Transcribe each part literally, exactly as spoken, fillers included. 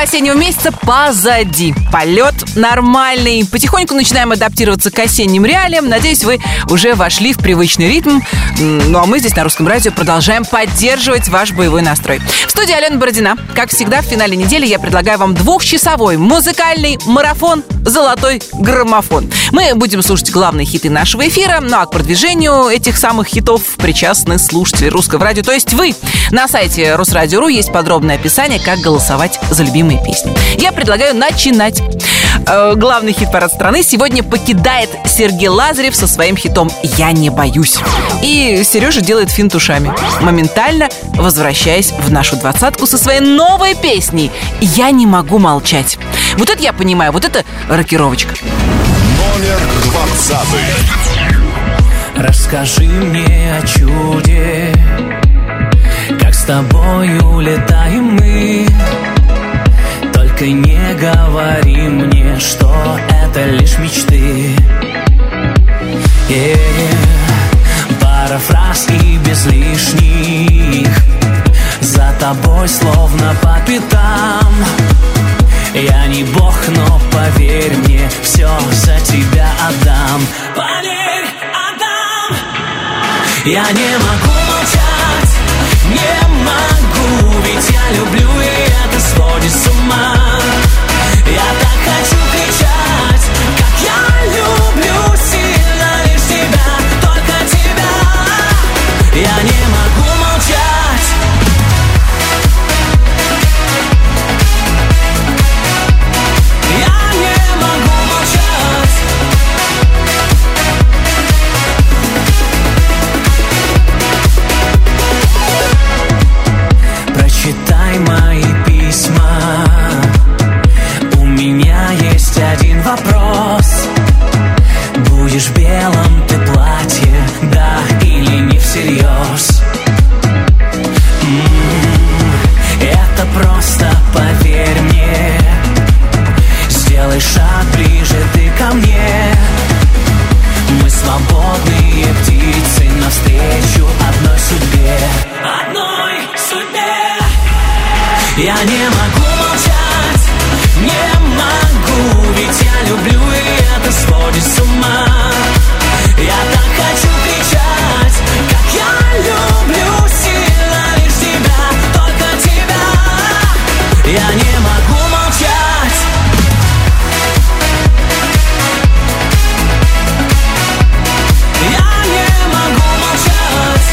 осеннего месяца позади. Полет нормальный. Потихоньку начинаем адаптироваться к осенним реалиям. Надеюсь, вы уже вошли в привычный ритм. Ну а мы здесь на Русском радио продолжаем поддерживать ваш боевой настрой. В студии Алена Бородина. Как всегда, в финале недели я предлагаю вам двухчасовой музыкальный марафон «Золотой граммофон». Мы будем слушать главные хиты нашего эфира. Ну а к продвижению этих самых хитов причастны слушатели Русского радио, то есть вы. На сайте Русрадио точка ру есть подробное описание, как голосовать за любимые песни. Я предлагаю начинать. Э, главный хит-парад страны сегодня покидает Сергей Лазарев со своим хитом «Я не боюсь». И Сережа делает финт ушами, моментально возвращаясь в нашу двадцатку со своей новой песней «Я не могу молчать». Вот это я понимаю, вот это рокировочка. Номер двадцатый. Расскажи мне о чуде, как с тобой улетаем мы. Только не говори мне, что это лишь мечты. Yeah. Пара фраз и без лишних, за тобой словно по пятам. Я не бог, но поверь мне, все за тебя отдам. Поверь, отдам. Я не могу молчать, не могу, ведь я люблю, и это сводит с ума. Я так хочу кричать, как я люблю сильно лишь тебя, только тебя. Я не могу молчать. Читай мои письма. У меня есть один вопрос. Будешь в белом ты платье, да или не всерьез? М-м-м, это просто поверь мне. Сделай шаг ближе ты ко мне. Мы свободные птицы навстречу одной судьбе. Одной судьбе. Я не могу молчать, не могу, ведь я люблю, и это сводит с ума. Я так хочу кричать, как я люблю сильно лишь тебя, только тебя. Я не могу молчать. Я не могу молчать.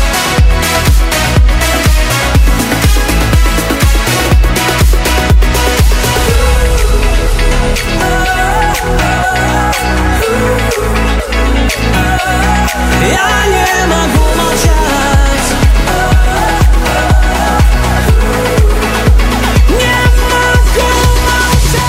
Я не могу молчать. Не могу молчать.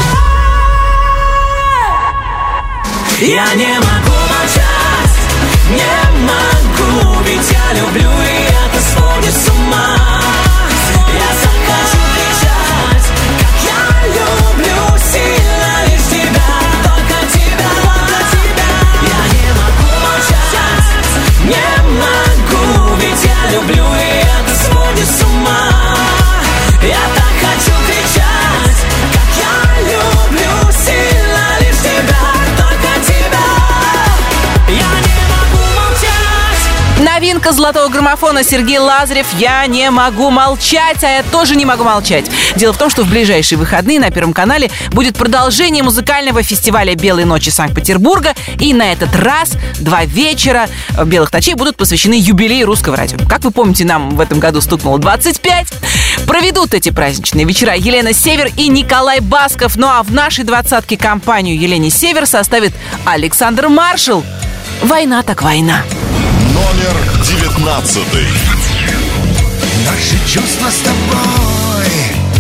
Я не могу молчать. Не могу, ведь я люблю, и это сводит с ума. Я так хочу кричать, как я люблю сильно лишь тебя, только тебя, только тебя. Я не могу молчать. Не могу, ведь я люблю, и это сводит с ума. Я так хочу кричать, как я люблю сильно лишь тебя, только тебя. Я не могу молчать. Новинка золотого граммофона Сергей Лазарев «Я не могу молчать», а я тоже не могу молчать. Дело в том, что в ближайшие выходные на Первом канале будет продолжение музыкального фестиваля «Белые ночи» Санкт-Петербурга. И на этот раз два вечера «Белых ночей» будут посвящены юбилею Русского радио. Как вы помните, нам в этом году стукнуло двадцать пять. Проведут эти праздничные вечера Елена Север и Николай Басков. Ну а в нашей двадцатке компанию Елене Север составит Александр Маршал. Война так война. Номер девятнадцатый. Наши чувства с тобой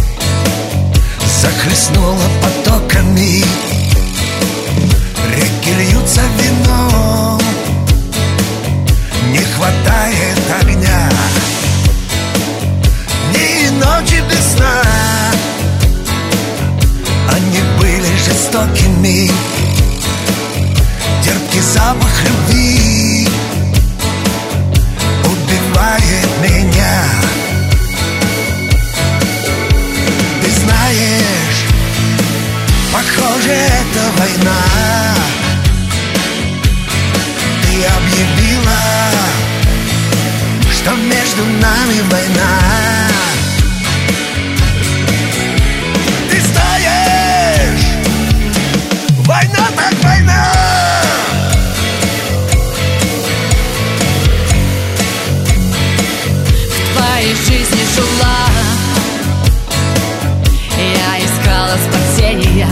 захлестнуло потоками. Реки льются вином, не хватает огня. Дни и ночи без сна, они были жестокими. Терпкий запах любви убивает меня. Ты знаешь, война. Ты объявила, что между нами война. Ты знаешь, война так война. В твоей жизни жила, я искала спасения.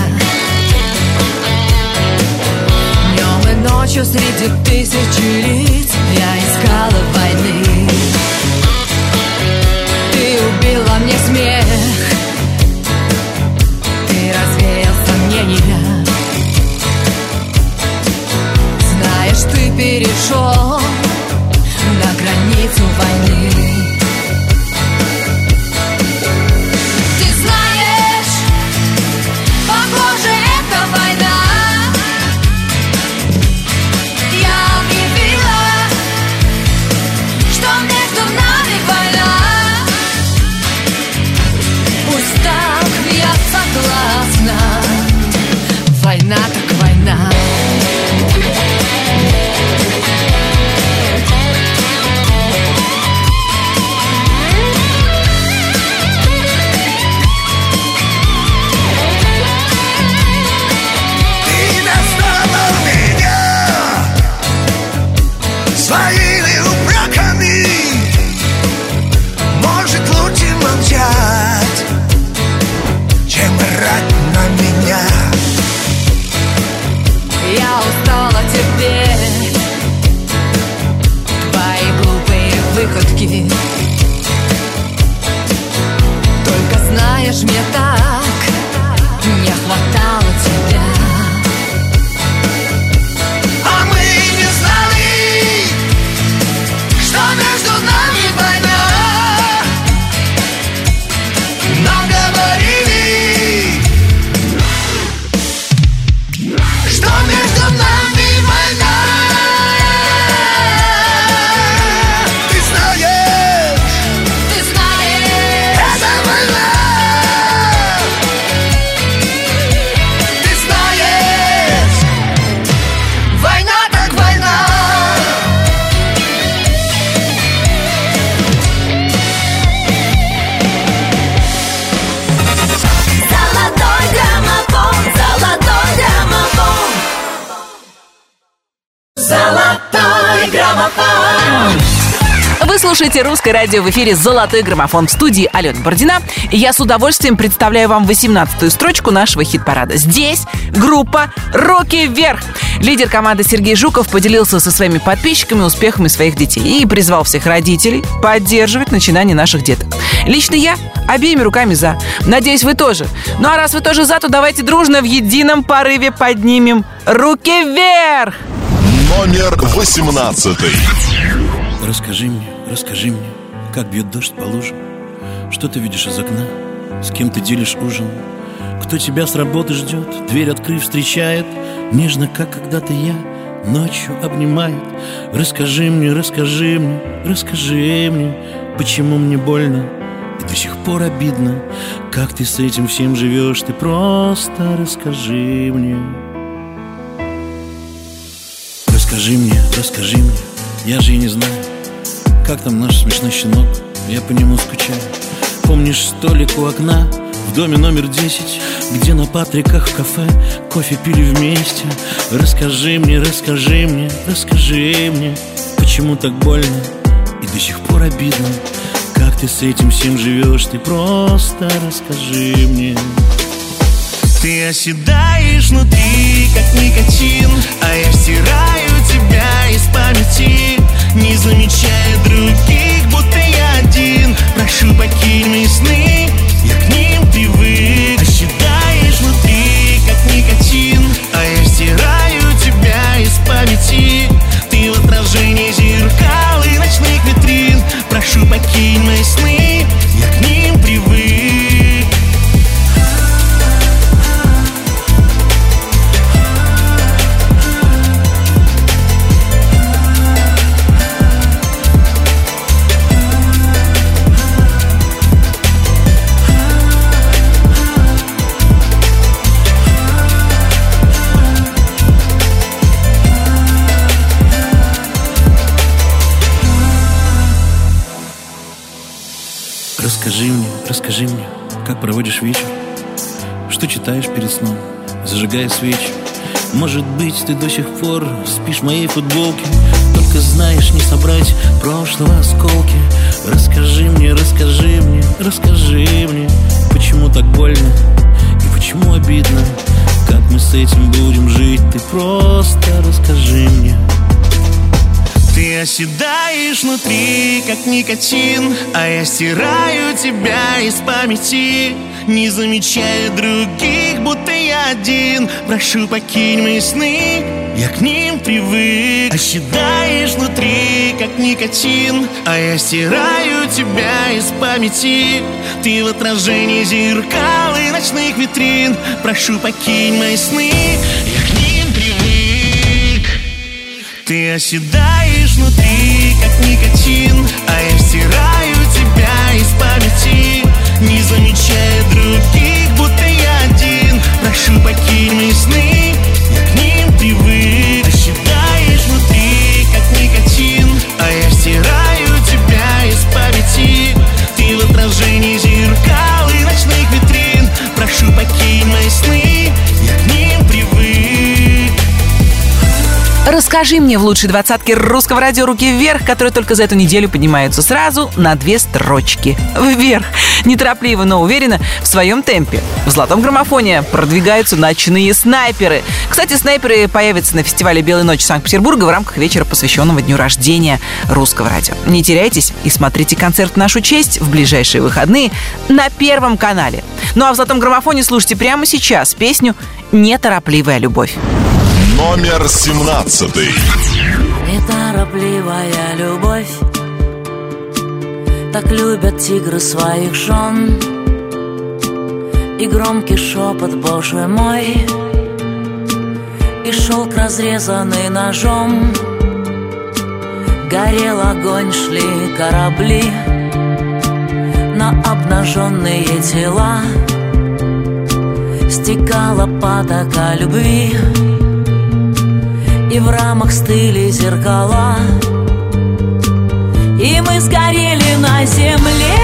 Днем и ночью среди тысячи лиц я искала войны. Ты убил во мне смех, ты развеял сомнения. Знаешь, ты перешел на границу войны. Ты знаешь, похоже, это война. Я объявила, что между нами война. Пусть так, я согласна. Война так война. Ты достала меня своими упреками. Может, лучше молчать, чем орать на меня. Я устала терпеть твои глупые выходки. Только знаешь, мне так не хватало тебя. А мы не знали, что между нами война. Нам говорили, что между нами война. Ты знаешь, Ты знаешь, это война. Ты знаешь, война так война. золотой граммофон, золотой граммофон, золотой граммофон. Вы слушаете «Русское радио», в эфире «Золотой граммофон», в студии Алена Бородина. И я с удовольствием представляю вам восемнадцатую строчку нашего хит-парада. Здесь группа «Руки вверх». Лидер команды Сергей Жуков поделился со своими подписчиками успехами своих детей и призвал всех родителей поддерживать начинания наших деток. Лично я обеими руками за. Надеюсь, вы тоже. Ну а раз вы тоже за, то давайте дружно в едином порыве поднимем руки вверх! Номер восемнадцатый. Расскажи мне, расскажи мне, как бьет дождь по лужам. Что ты видишь из окна, с кем ты делишь ужин. Кто тебя с работы ждет, дверь открыв встречает, нежно, как когда-то я, ночью обнимает. Расскажи мне, расскажи мне, расскажи мне, почему мне больно и до сих пор обидно. Как ты с этим всем живешь, ты просто расскажи мне. Расскажи мне, расскажи мне, я же и не знаю, как там наш смешной щенок, я по нему скучаю. Помнишь столик у окна в доме номер десять, где на Патриках в кафе кофе пили вместе? Расскажи мне, расскажи мне, расскажи мне, почему так больно и до сих пор обидно. Как ты с этим всем живешь, ты просто расскажи мне. Ты оседаешь внутри, как никотин, а я стираю тебя из памяти, не замечая других, будто я один. Прошу, покинь мои сны, я к ним привык. Оседаешь внутри, как никотин, а я стираю тебя из памяти. Ты в отражении зеркал и ночных витрин. Прошу, покинь мои сны, я к ним привык. расскажи мне, расскажи мне, как проводишь вечер, что читаешь перед сном, зажигая свечи. Может быть, ты до сих пор спишь в моей футболке, только знаешь не собрать прошлого осколки. Расскажи мне, расскажи мне, расскажи мне, почему так больно и почему обидно, как мы с этим будем жить, ты просто расскажи мне. Ты оседаешь внутри, как никотин, а я стираю тебя из памяти, не замечая других, будто я один. Прошу, покинь мои сны, я к ним привык. Оседаешь внутри, как никотин, а я стираю тебя из памяти. Ты в отражении зеркал и ночных витрин. Прошу, покинь мои сны, я к ним привык. Ты оседаешь внутри, как никотин, а я стираю тебя из памяти, не замечая других, будто я один. Прошу, покинь мои сны, я к ним привык. Оседаешь внутри, как никотин, а я стираю тебя из памяти. Ты в отражении зеркал и ночных витрин. Прошу, покинь мои сны, я к ним привык. Расскажи мне в лучшей двадцатке русского радио «Руки вверх», которые только за эту неделю поднимаются сразу на две строчки. Вверх. Неторопливо, но уверенно в своем темпе. В «Золотом граммофоне» продвигаются ночные снайперы. Кстати, снайперы появятся на фестивале «Белые ночи» Санкт-Петербурга в рамках вечера, посвященного дню рождения русского радио. Не теряйтесь и смотрите концерт в нашу честь в ближайшие выходные на Первом канале. Ну а в «Золотом граммофоне» слушайте прямо сейчас песню «Неторопливая любовь». Номер семнадцатый. Неторопливая любовь, так любят тигры своих жен. И громкий шепот, Боже мой, и шелк, разрезанный ножом. Горел огонь, шли корабли на обнаженные тела. Стекала потока любви, и в рамах стыли зеркала. И мы сгорели на земле,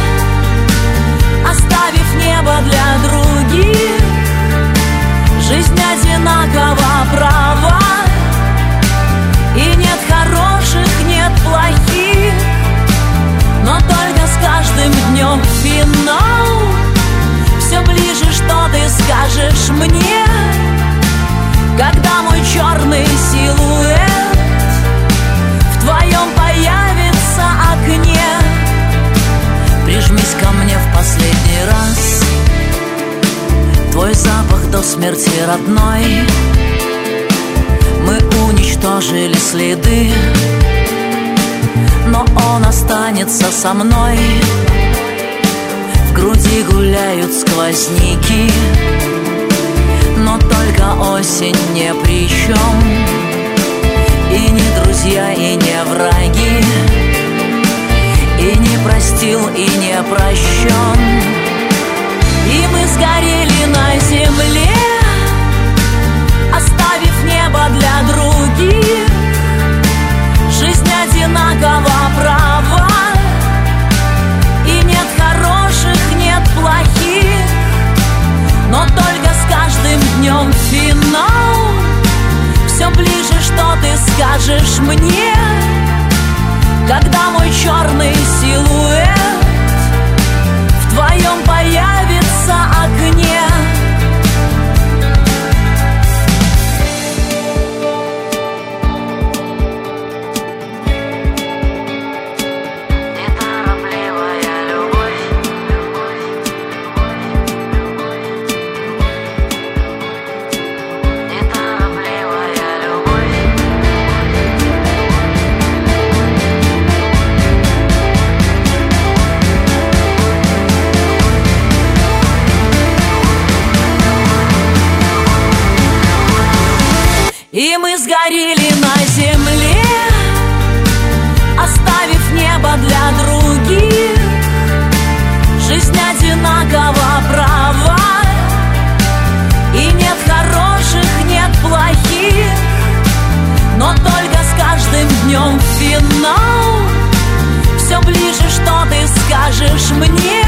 оставив небо для других. Жизнь одинакова права, и нет хороших, нет плохих. Но только с каждым днем финал. Все ближе, что ты скажешь мне, когда мой черный силуэт в твоем появится окне. Прижмись ко мне в последний раз, твой запах до смерти родной. Мы уничтожили следы, но он останется со мной. В груди гуляют сквозняки, но только осень не при чем. И не друзья, и не враги, и не простил, и не прощен. И мы сгорели на земле, оставив небо для других. Жизнь одинакова права, и нет хороших, нет плохих. Но только с каждым днем финал. Все ближе, что ты скажешь мне, когда мой черный силуэт в твоем появится окне. И мы сгорели на земле, оставив небо для других. Жизнь одинакова права, и нет хороших, нет плохих. Но только с каждым днем финал. Все ближе, что ты скажешь мне,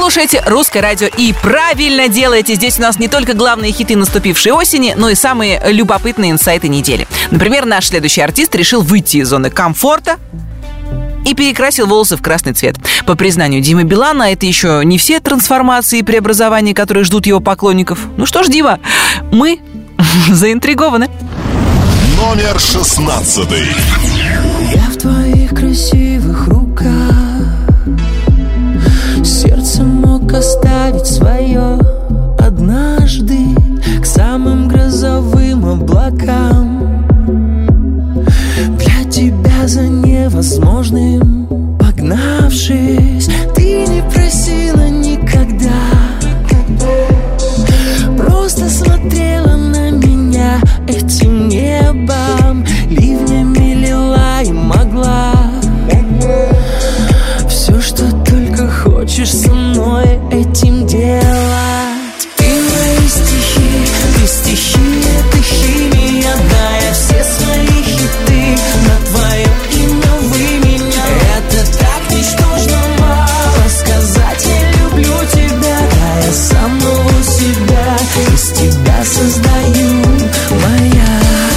слушаете «Русское радио» и правильно делаете. Здесь у нас не только главные хиты наступившей осени, но и самые любопытные инсайты недели. Например, наш следующий артист решил выйти из зоны комфорта и перекрасил волосы в красный цвет. По признанию Димы Билана, это еще не все трансформации и преобразования, которые ждут его поклонников. Ну что ж, Дима, мы заинтригованы. Номер шестнадцатый. Я в твоих красивых руках сердце мог оставить свое однажды к самым грозовым облакам. Для тебя за невозможным погнавшись, ты не просила никогда, просто смотрела на меня этим небом, ливнями лила и могла. Все, что только хочешь со мной этим делать. Ты мои стихи, ты стихия, ты химия, да, я все свои хиты на твое имя вы меня. Это так ничтожно мало сказать, я люблю тебя, да, я самого себя из тебя создаю, моя.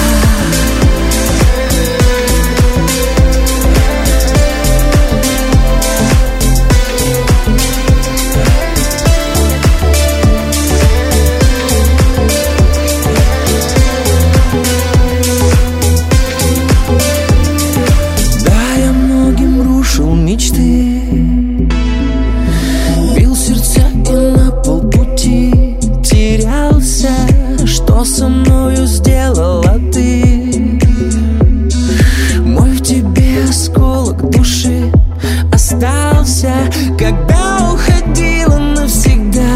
Со мною сделала ты. Мой в тебе осколок души остался, когда уходила навсегда,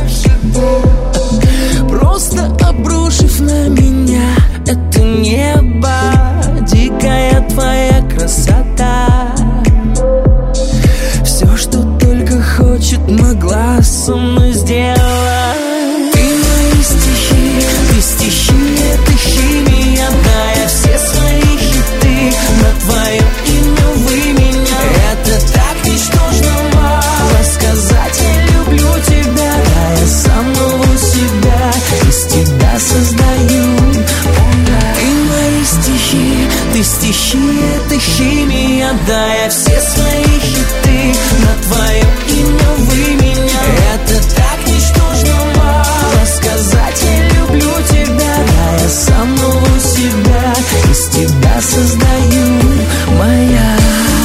просто обрушив на меня это небо. Дикая твоя красота, все, что только хочет, могла со мной сделать. Ты стихия, ты химия, да, я все свои хиты на твое имя вы меня. Это так ничтожно мало сказать, я люблю тебя, да, я самого себя из тебя создаю. Ты мои стихи, ты стихия, ты химия, да, я все свои хиты на твое имя вы меня. Это так ничтожно мало сказать, я люблю тебя, да, я самого себя из тебя создаю, моя.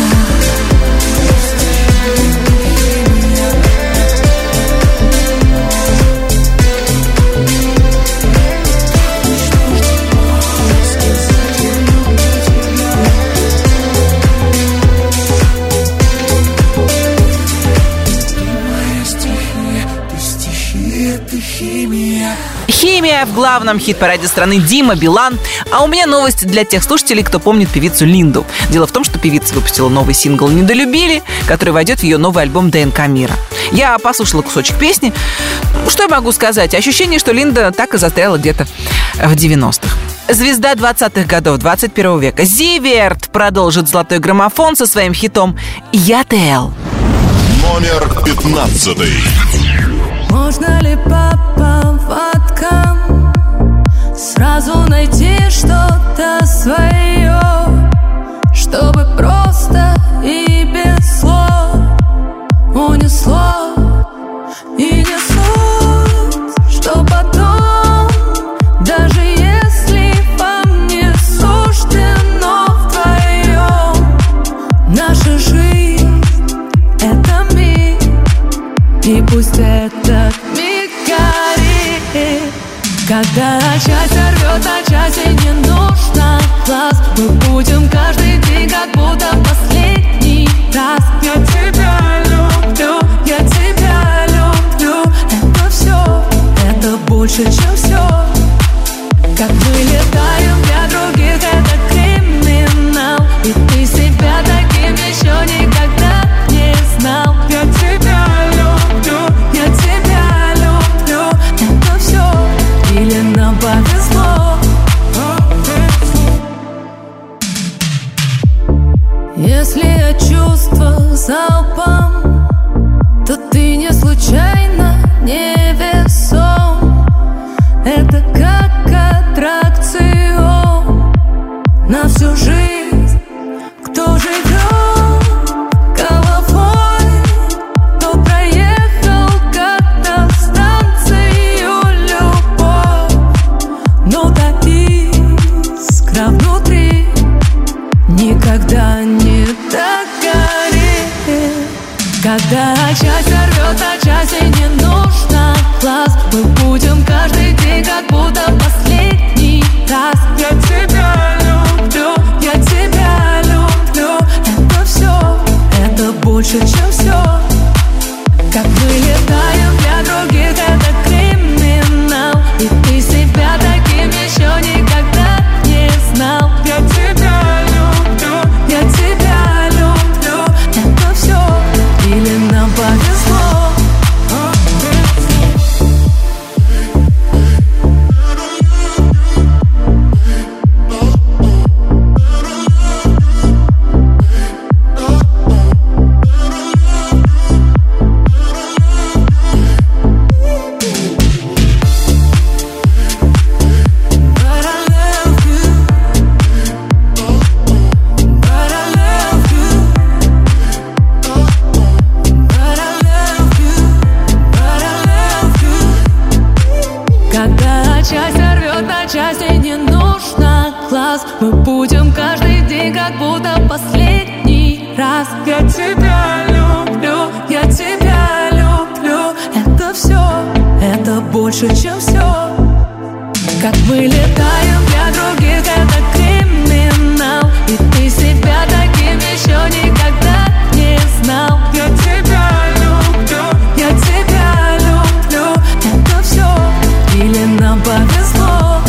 Химия в главном хит-параде страны Дима Билан. А у меня новость для тех слушателей, кто помнит певицу Линду. Дело в том, что певица выпустила новый сингл «Недолюбили», который войдет в ее новый альбом «ДНК мира». Я послушала кусочек песни. Что я могу сказать? Ощущение, что Линда так и застряла где-то в девяностых. Звезда двадцатых годов двадцать первого века Зиверт продолжит золотой граммофон со своим хитом «Я ТЛ». Номер пятнадцатый. Можно ли по поводкам сразу найти что-то свое, чтобы просто и без слов унесло? И не суть, что потом, даже если вам не суждено вдвоем, наша жизнь — это миг, и пусть этот миг горит. Когда часть рвет, а части не нужно глаз, мы будем каждый день как будто последний раз. Я тебя люблю, я тебя люблю. Это все, это больше, чем все. Как мы летаем для других, это криминал. И ты себя таким еще никогда не знал. Я тебя люблю, я тебя люблю. Это все, или нам повезло. Если я чувства залпом, то ты не случайно будем каждый день как будто последний раз. Я тебя люблю, я тебя люблю. Это все, это больше, чем все. Как мы летаем для других, это криминал. И ты себя таким еще никогда не знал. Я тебя люблю, я тебя люблю. Это все, или нам повезло?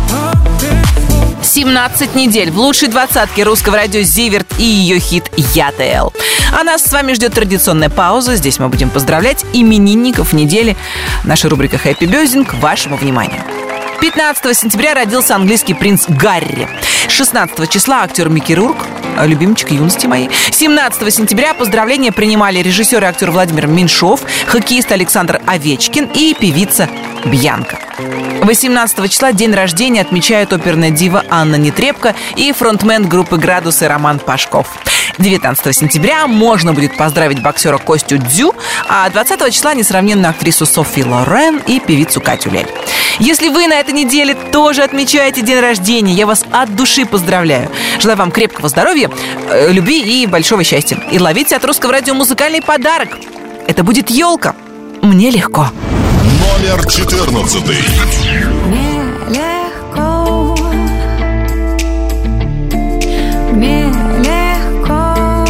семнадцать недель в лучшей двадцатке русского радио Зиверт и ее хит «Я Т Л». А нас с вами ждет традиционная пауза. Здесь мы будем поздравлять именинников недели. Наша рубрика «Хэппи Бёздинг» вашему вниманию. пятнадцатого сентября родился английский принц Гарри. шестнадцатого числа актер Микки Рурк, любимчик юности моей. семнадцатого сентября поздравления принимали режиссер и актер Владимир Меньшов, хоккеист Александр Овечкин и певица Бьянка. восемнадцатого числа день рождения отмечают оперная дива Анна Нетребко и фронтмен группы «Градусы» Роман Пашков. девятнадцатого сентября можно будет поздравить боксера Костю Дзю, а двадцатого числа несравненную актрису Софи Лорен и певицу Катю Лель. Если вы на этой неделе тоже отмечаете день рождения, я вас от души поздравляю. Желаю вам крепкого здоровья, любви и большого счастья. И ловите от Русского радио музыкальный подарок. Это будет елка. Мне легко. Номер четырнадцатый. Мне легко, мне легко.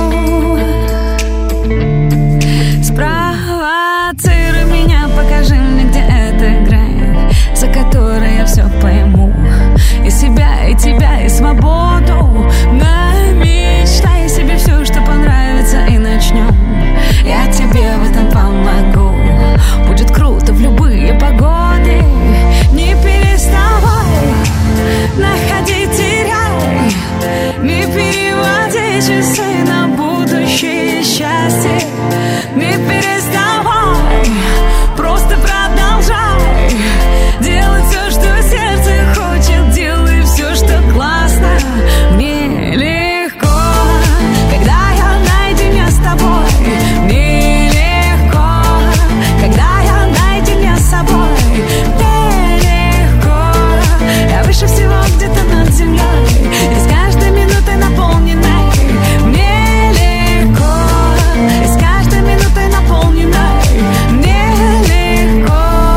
Спровоцируй меня, покажи мне, где эта грань, за которой я все пойму. И себя, и тебя, и свободу. Намечтай себе все, что понравится, и начнем. Я тебе в этом помогу. Будет круто в любые погоды. Не переставай, находи, теряй. Не переводи часы на будущее счастье. Не переставай, просто продолжай делать все, что сердце хочет. Делай все, что классно. Мне легко, когда я наедине с тобой. Мне легко, когда я наедине с собой. Мне легко, я выше всего где-то над землей, и с каждой минутой наполненной. Мне легко, и с каждой минутой наполненной. Мне легко.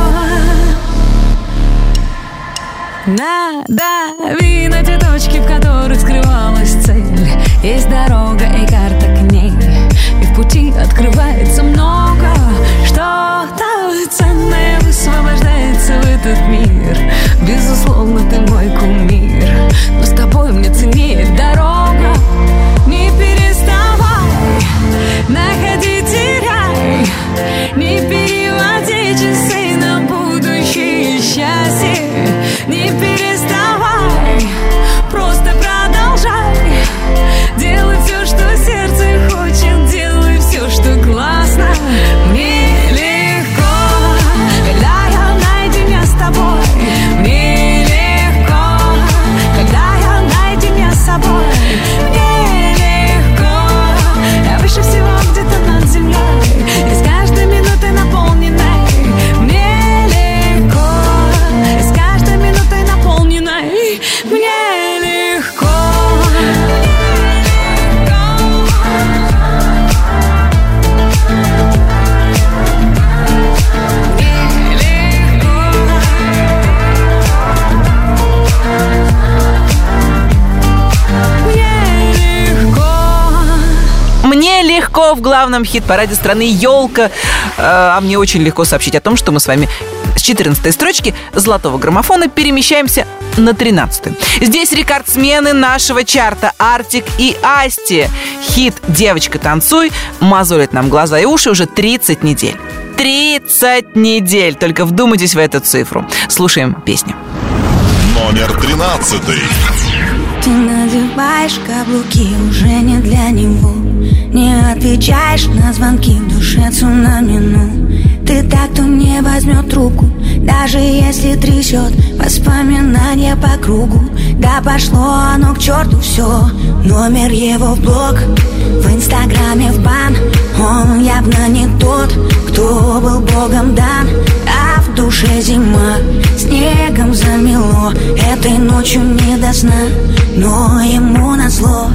Надави на те точки, в которых скрывалась цель. Есть дорога и карта к ней, и в пути открывается много. Что-то ценное высвобождается в этот мир. Безусловно, ты мой кумир, но с тобой мне ценнее дорога. Не переставай, находи, теряй. Не переводи часы на будущее счастье. Не переставай, просто продолжай делай все, что сердце хочет. Делай все, что классно. Мне легко, когда я наедине с тобой. Мне легко, когда я наедине с собой. Мне легко, я выше всего где-то над землей, и с каждой минутой наполненной. Мне легко, и с каждой минутой наполненной. Мне легко. Мне легко в главном хит-параде страны «Елка». А мне очень легко сообщить о том, что мы с вами с четырнадцатой строчки золотого граммофона перемещаемся на тринадцатую. Здесь рекордсмены нашего чарта Артик и Асти. Хит «Девочка, танцуй» мозолит нам глаза и уши уже тридцать недель. тридцать недель! Только вдумайтесь в эту цифру. Слушаем песню. Номер тринадцатый. Ты надеваешь каблуки уже не для него. Не отвечаешь на звонки, в душе цунами, ну. Ты так, кто не возьмет трубку, даже если трясет воспоминания по кругу. Да пошло оно к черту все. Номер его в блог, в инстаграме в бан. Он явно не тот, кто был богом дан. А в душе зима, снегом замело. Это этой ночью не до сна, но ему назло.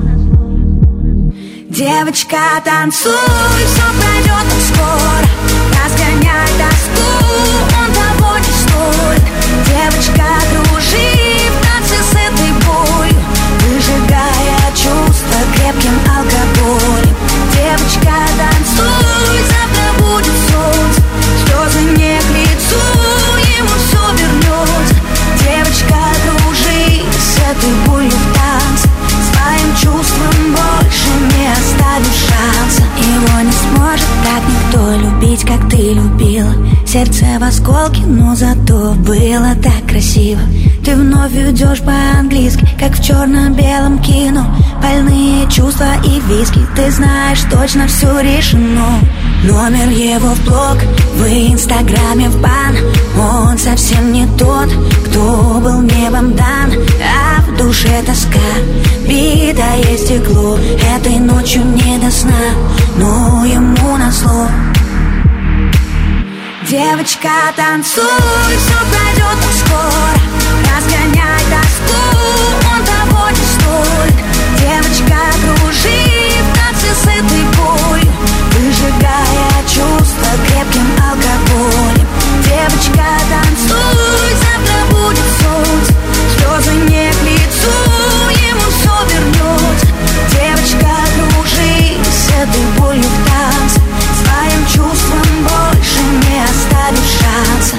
Девочка, танцуй, все пройдет так скоро. Разгоняй тоску, он того не стоит. Девочка, кружи в танце с этой болью, выжигая чувства крепким алкоголем. Девочка, танцуй, завтра будет солнце, слезы не к лицу, ему все вернется. Девочка, кружи с этой болью в танце, своим чувством больше не оставишь шанса. Его не сможет так никто любить, как ты любила. Сердце в осколке, но зато было так красиво. Ты вновь идешь по-английски, как в черно-белом кино. Больные чувства и виски, ты знаешь, точно все решено. Номер его в блог, в инстаграме в бан. Он совсем не тот, кто был небом дан. А в душе тоска, битое стекло. Этой ночью не до сна, но ему назло. Девочка, танцуй, все пройдет так скоро. Разгоняй тоску, он того не стоит. Девочка, кружи в танце с этой болью, выжигая чувства крепким алкоголем. Девочка, танцуй, завтра будет солнце, слезы не к лицу, ему все вернется. Девочка, кружи с этой болью в танце, своим чувством больше не оставишь шанса.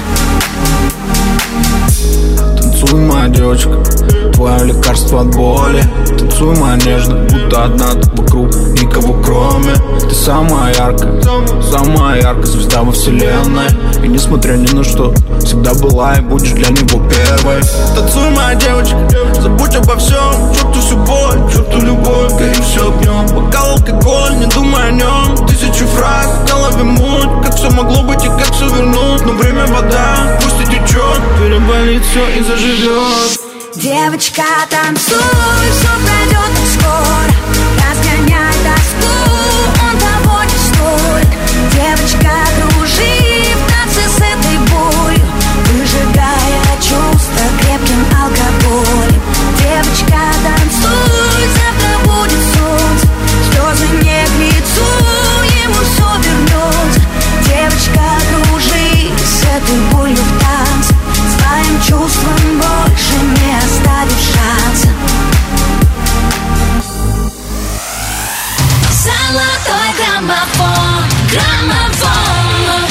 Танцуй, моя девочка, твое лекарство от боли. Танцуй, моя нежная, будто одна тут вокруг, никого кроме. Ты самая яркая, самая яркая звезда во вселенной. И несмотря ни на что, всегда была и будешь для него первой. Танцуй, моя девочка, забудь обо всем, черту всю боль, черту любовь, гори все огнем. Бокал, алкоголь, не думай о нем. Тысячу фраз, в голове муть, как все могло быть и как все вернуть. Но время вода, пусть и течет, переболит все и заживет. Девочка, танцуй, все пройдет так скоро. Разгоняй тоску, он того не стоит. Девочка, кружи в танце с этой болью, выжигая чувства крепким алкоголем. Девочка, танцуй, завтра будет солнце, слезы не к лицу, ему все вернется. Девочка, кружи с этой болью в танце, своим чувством больше не оставишь шанса. Золотой граммофон, граммофон.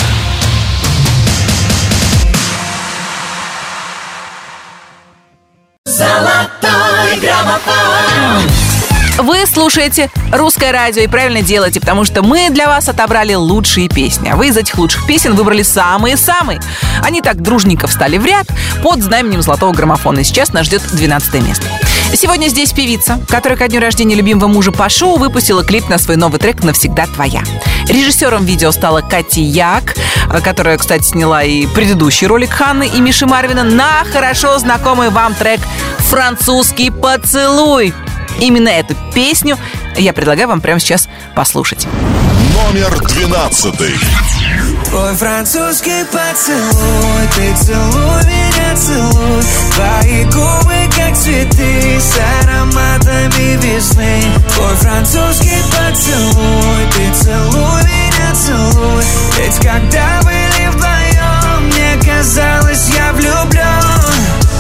Золотой граммофон. Вы слушаете «Русское радио» и правильно делаете, потому что мы для вас отобрали лучшие песни. А вы из этих лучших песен выбрали самые-самые. Они так дружненько встали в ряд под знаменем «Золотого граммофона». И сейчас нас ждет двенадцатое место. Сегодня здесь певица, которая ко дню рождения любимого мужа по шоу выпустила клип на свой новый трек «Навсегда твоя». Режиссером видео стала Катя Як, которая, кстати, сняла и предыдущий ролик Ханны и Миши Марвина на хорошо знакомый вам трек «Французский поцелуй». Именно эту песню я предлагаю вам прямо сейчас послушать. Номер двенадцатый. Твой французский поцелуй, ты целуй меня, целуй. Твои губы, как цветы, с ароматами весны. Твой французский поцелуй, ты целуй меня, целуй. Ведь когда были вдвоем, мне казалось, я влюблен.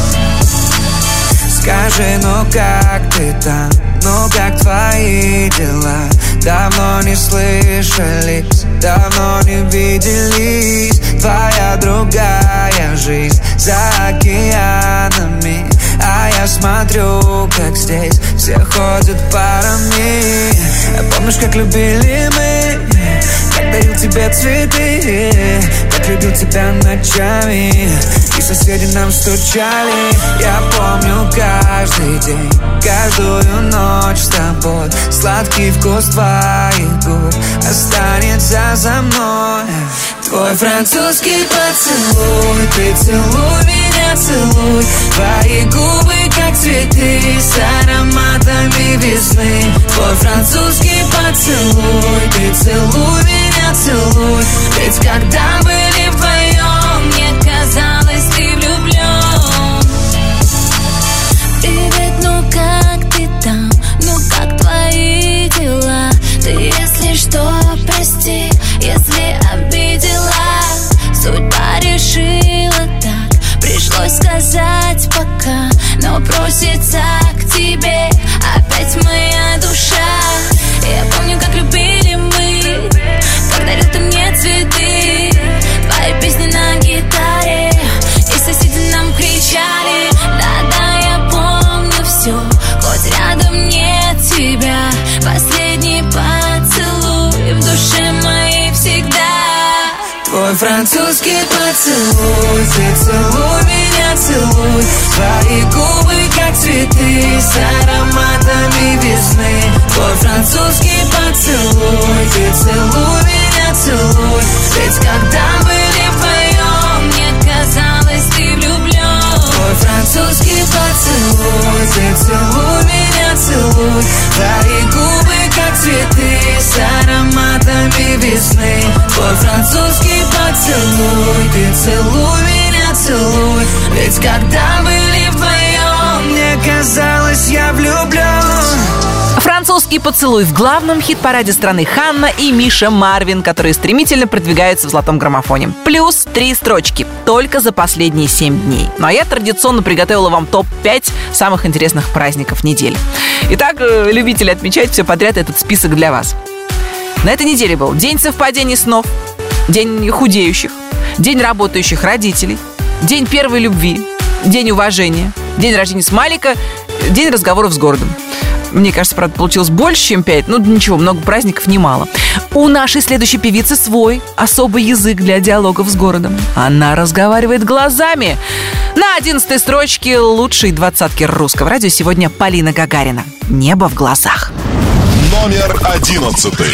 Скажи, ну как ты там, ну как твои дела? Давно не слышались, давно не виделись. Твоя другая жизнь за океанами, а я смотрю, как здесь все ходят парами. Помнишь, как любили мы, как дарил тебе цветы, как любил тебя ночами, и соседи нам стучали. Я помню каждый день, каждую ночь с тобой. Сладкий вкус твоих губ останется за мной. Твой французский поцелуй, ты целуй меня, целуй. Твои губы, как цветы, с ароматами весны. Твой французский поцелуй, ты целуй меня, целуй. Ведь когда были вдвоем, мне казалось, ты влюблен. тобой сказать пока, но просится к тебе опять моя душа. Я помню, как любили мы, как дарил ты мне цветы, твои песни на гитаре, и соседи нам кричали. Да-да, я помню все, хоть рядом нет тебя. Последний поцелуй в душе моей всегда. Твой французский поцелуй, ты целуй меня, целуй. Твои губы, как цветы, с ароматами весны. Твой французский поцелуй, ты целуй меня, целуй. Ведь когда были вдвоем, мне казалось, ты влюблен. Твой французский поцелуй, ты целуй меня, целуй. Твои губы, как цветы, с ароматами весны. Твой французский поцелуй, ты целуй меня, целуй. Ведь когда были вдвоем, мне казалось, я влюблен. Французский поцелуй в главном хит-параде страны Ханна и Миша Марвин, которые стремительно продвигаются в золотом граммофоне. Плюс три строчки только за последние семь дней. Ну а я традиционно приготовила вам топ пять самых интересных праздников недели. Итак, любители отмечать все подряд, этот список для вас. На этой неделе был День совпадений снов, День худеющих, День работающих родителей, День первой любви, День уважения, День рождения смайлика, День разговоров с городом. Мне кажется, правда, получилось больше, чем пять. Ну, ничего, много праздников, немало. У нашей следующей певицы свой особый язык для диалогов с городом. Она разговаривает глазами. На одиннадцатой строчке лучшей двадцатки русского радио сегодня Полина Гагарина. «Небо в глазах». Номер одиннадцатый.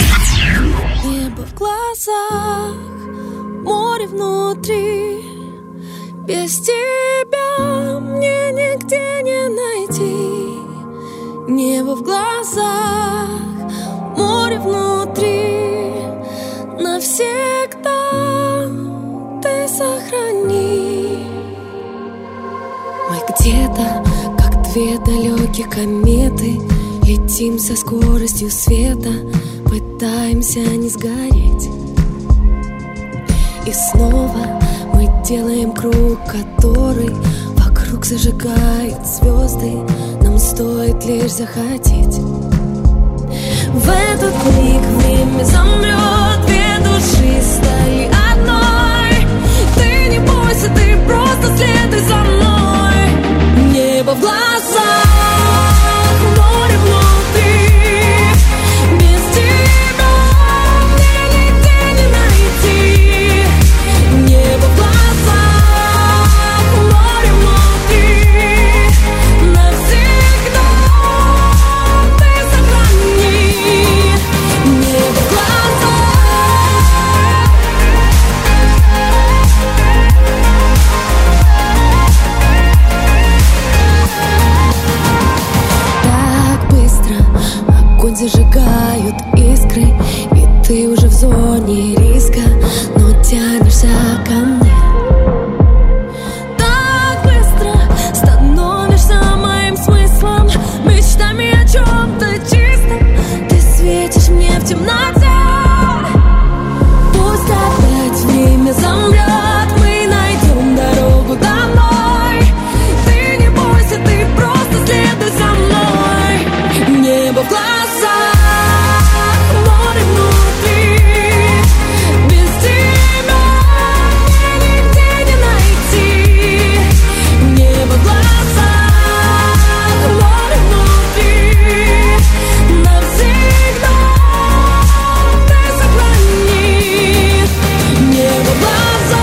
Небо в глазах, море внутри. Без тебя мне нигде не найти. Небо в глазах, море внутри. Навсегда ты сохрани. Мы где-то, как две далекие кометы, летим со скоростью света, пытаемся не сгореть. И снова мы делаем круг, который вокруг зажигает звезды. Нам стоит лишь захотеть. В этот миг время замрет, две души стали одной. Ты не бойся, ты просто следуй за мной. Небо в глазах, море внутри. Без тебя мне нигде не найти. Небо в глазах, море внутри. Навсегда ты сохрани. Небо в глазах. Так быстро огонь зажигают искры, и ты уже в зоне риска, но тянешься ко мне. Так быстро становишься моим смыслом, мечтами о чем-то чистом. Ты светишь мне в темноте. Пусть опять время замрет, мы найдем дорогу домой. Ты не бойся, ты просто следуй за мной. Небо в глазах, море внутри. Без тебя мне нигде не найти. Небо в глазах, море внутри. Навсегда ты сохрани. Небо в глазах.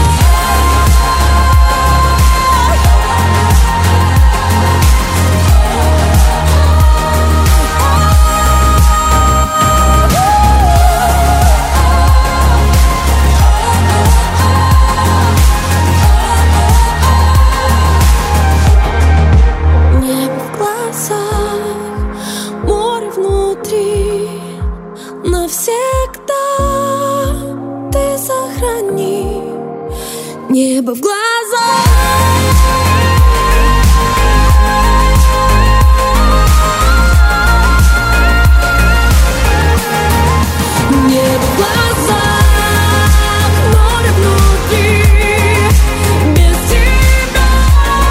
Небо в глазах, море внутри. Навсегда ты сохрани. Небо в глазах. Небо в глазах, море внутри. Без тебя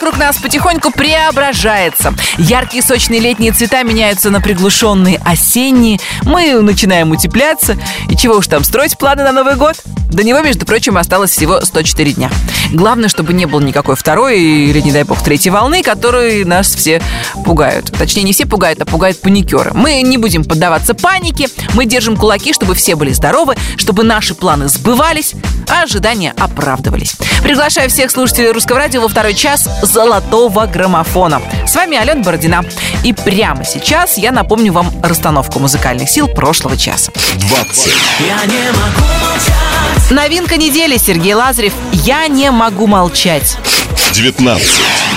вокруг нас потихоньку преображается. Яркие сочные летние цвета меняются на приглушенные осенние. Мы начинаем утепляться. И чего уж там строить планы на Новый год? До него, между прочим, осталось всего сто четыре дня. Главное, чтобы не было никакой второй или, не дай бог, третьей волны, которые нас все пугают. Точнее, не все пугают, а пугают паникеры. Мы не будем поддаваться панике. Мы держим кулаки, чтобы все были здоровы, чтобы наши планы сбывались, а ожидания оправдывались. Приглашаю всех слушателей Русского радио во второй час «Золотого граммофона». С вами Алена Бородина. И прямо сейчас я напомню вам расстановку музыкальных сил прошлого часа. двадцать. Я не могу молчать. Новинка недели. Сергей Лазарев «Я не могу молчать». девятнадцать.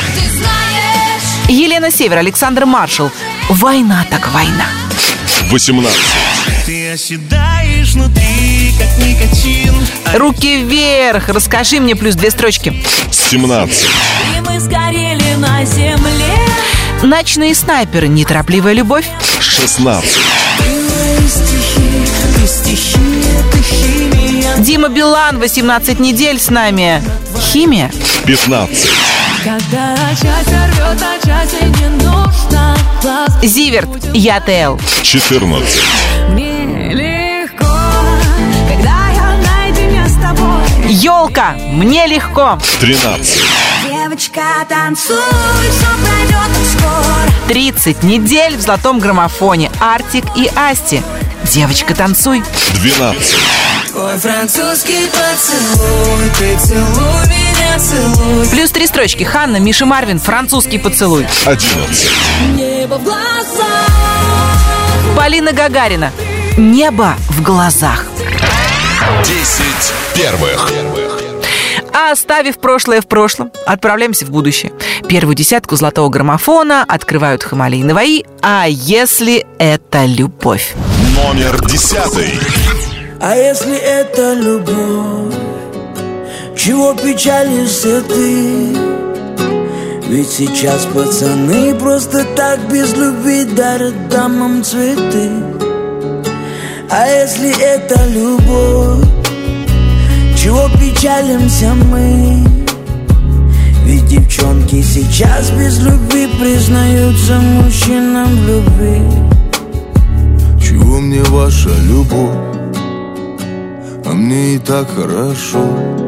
Елена Север, Александр Маршал «Война так война». восемнадцать. Ты оседаешь внутри, как никотин. Руки вверх, расскажи мне, плюс две строчки. семнадцать. И мы сгорели на земле. Ночные снайперы, неторопливая любовь. шестнадцать. Дима Билан, восемнадцать недель с нами. Химия. пятнадцать. Когда счастье рвет, а счастье не нужно глаз. Зиверт, Я Т Л. четырнадцать. Мне легко, когда я наедине с тобой. Елка, мне легко. тринадцать. Девочка, танцуй, все пройдет так скоро. тридцать недель в золотом граммофоне. Артик и Асти. Девочка, танцуй. двенадцать. Твой французский поцелуй, ты целуй меня, целуй. Плюс три строчки. Ханна, Миша Марвин, французский поцелуй. одиннадцать. Небо в глазах. Полина Гагарина, небо в глазах. десять первых. А оставив прошлое в прошлом, отправляемся в будущее. Первую десятку золотого граммофона открывают Хамали и Наваи. А если это любовь? Номер десятый. А если это любовь, чего печалишься ты? Ведь сейчас пацаны просто так без любви дарят дамам цветы. А если это любовь, чего печалимся мы? Ведь девчонки сейчас без любви признаются мужчинам в любви. Чего мне ваша любовь? А мне и так хорошо.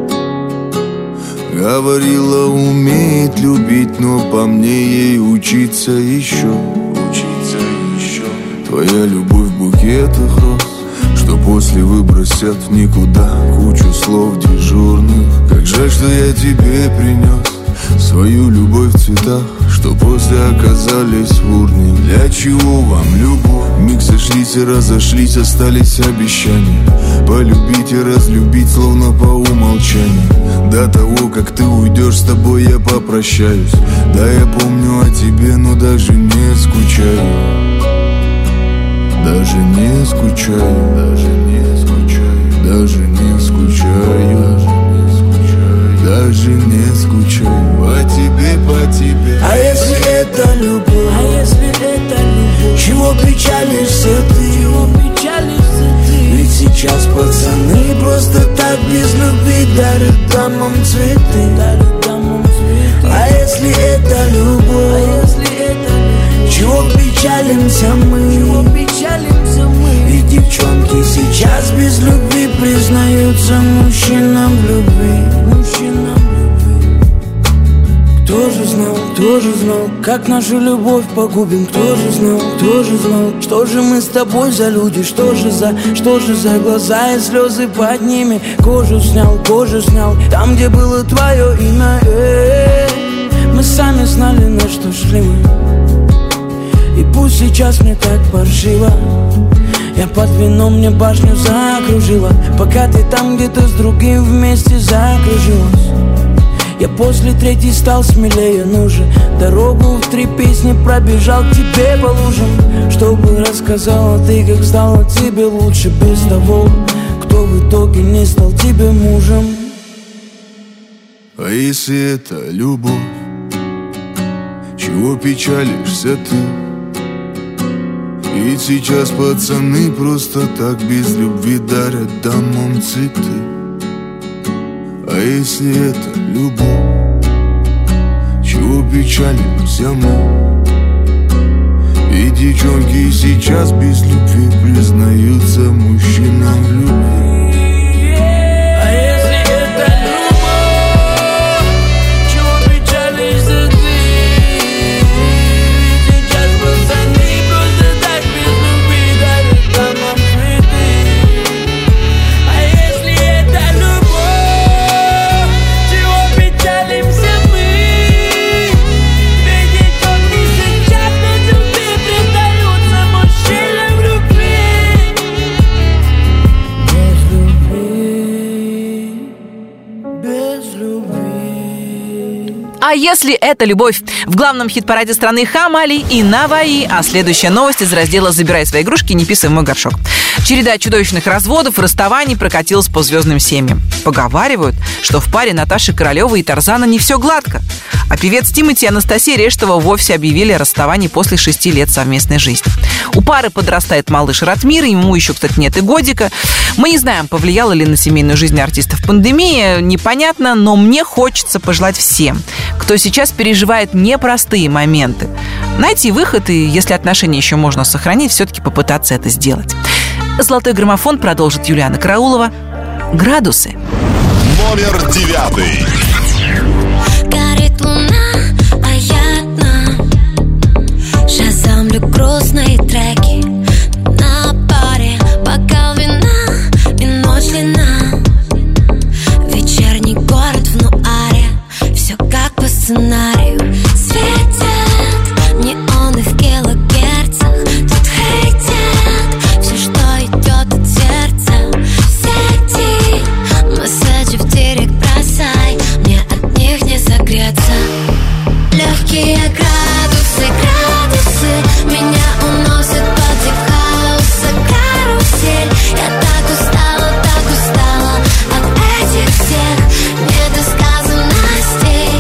Говорила, умеет любить, но по мне ей учиться еще. Учиться еще. Твоя любовь в букетах роз, что после выбросят в никуда кучу слов дежурных. Как жаль, что я тебе принес свою любовь в цветах, что после оказались в урне. Для чего вам любовь? Миг сошлись и разошлись, остались обещания полюбить и разлюбить, словно по умолчанию. До того, как ты уйдешь, с тобой я попрощаюсь. Да, я помню о тебе, но даже не скучаю. Даже не скучаю, даже не скучаю, даже не скучаю, даже не скучаю по тебе, по тебе. А если это любовь, а если это любовь, чего печалишься ты? Чего печалишься ты? Ведь сейчас пацаны просто так без любви дарят дамам цветы, дарят дамам цветы. А если это любовь, а если это любовь, чего печалимся мы? Чего печалимся мы? Ведь девчонки сейчас без любви признаются мужчинам в любви, мужчинам в любви. Кто же знал, кто же знал, как нашу любовь погубим? Кто же знал, кто же знал, что же мы с тобой за люди? Что же за, что же за глаза и слезы под ними? Кожу снял, кожу снял, там, где было твое имя. Э-э-э. Мы сами знали, на что шли мы. И пусть сейчас мне так паршиво, я под вином, мне башню закружила, пока ты там где-то с другим вместе закружилась. Я после третьей стал смелее, ну же, дорогу в три песни пробежал к тебе по лужам, чтобы рассказала ты, как стало тебе лучше без того, кто в итоге не стал тебе мужем. А если это любовь, чего печалишься ты? Ведь сейчас пацаны просто так без любви дарят дамам цветы. А если это любовь, чего печалимся мы. И девчонки сейчас без любви признаются мужчинам в любви. А если это любовь? В главном хит-параде страны Хамали и Наваи. А следующая новость из раздела «Забирай свои игрушки, не писай в мой горшок». Череда чудовищных разводов и расставаний прокатилась по звездным семьям. Поговаривают, что в паре Наташи Королевой и Тарзана не все гладко. А певец Тимати и Анастасия Рештова вовсе объявили о расставании после шести лет совместной жизни. У пары подрастает малыш Ратмир, ему еще, кстати, нет и годика. Мы не знаем, повлияла ли на семейную жизнь артистов пандемия, непонятно, но мне хочется пожелать всем, кто сейчас переживает непростые моменты, найти выход и, если отношения еще можно сохранить, все-таки попытаться это сделать. «Золотой граммофон» продолжит Юлиана Караулова. «Градусы». Номер девятый. Горит луна, а я одна. Шазамлю грустные треки на паре, бокал вина и ночь длина. Вечерний город в нуаре, все как по сценарию. Светят неоны в килогерцах, тут хейтят все, что идет от сердца. В сети месседжи в директ бросай, мне от них не согреться. Легкие градусы, градусы меня уносят под дипхауса карусель. Я так устала, так устала от этих всех недосказанностей,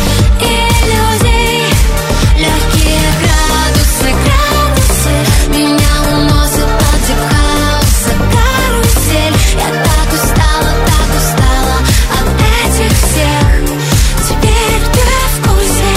иллюзий. Легкие градусы, градусы меня уносят под дипхауса карусель. Я так устала, так устала от этих всех. Теперь ты в курсе.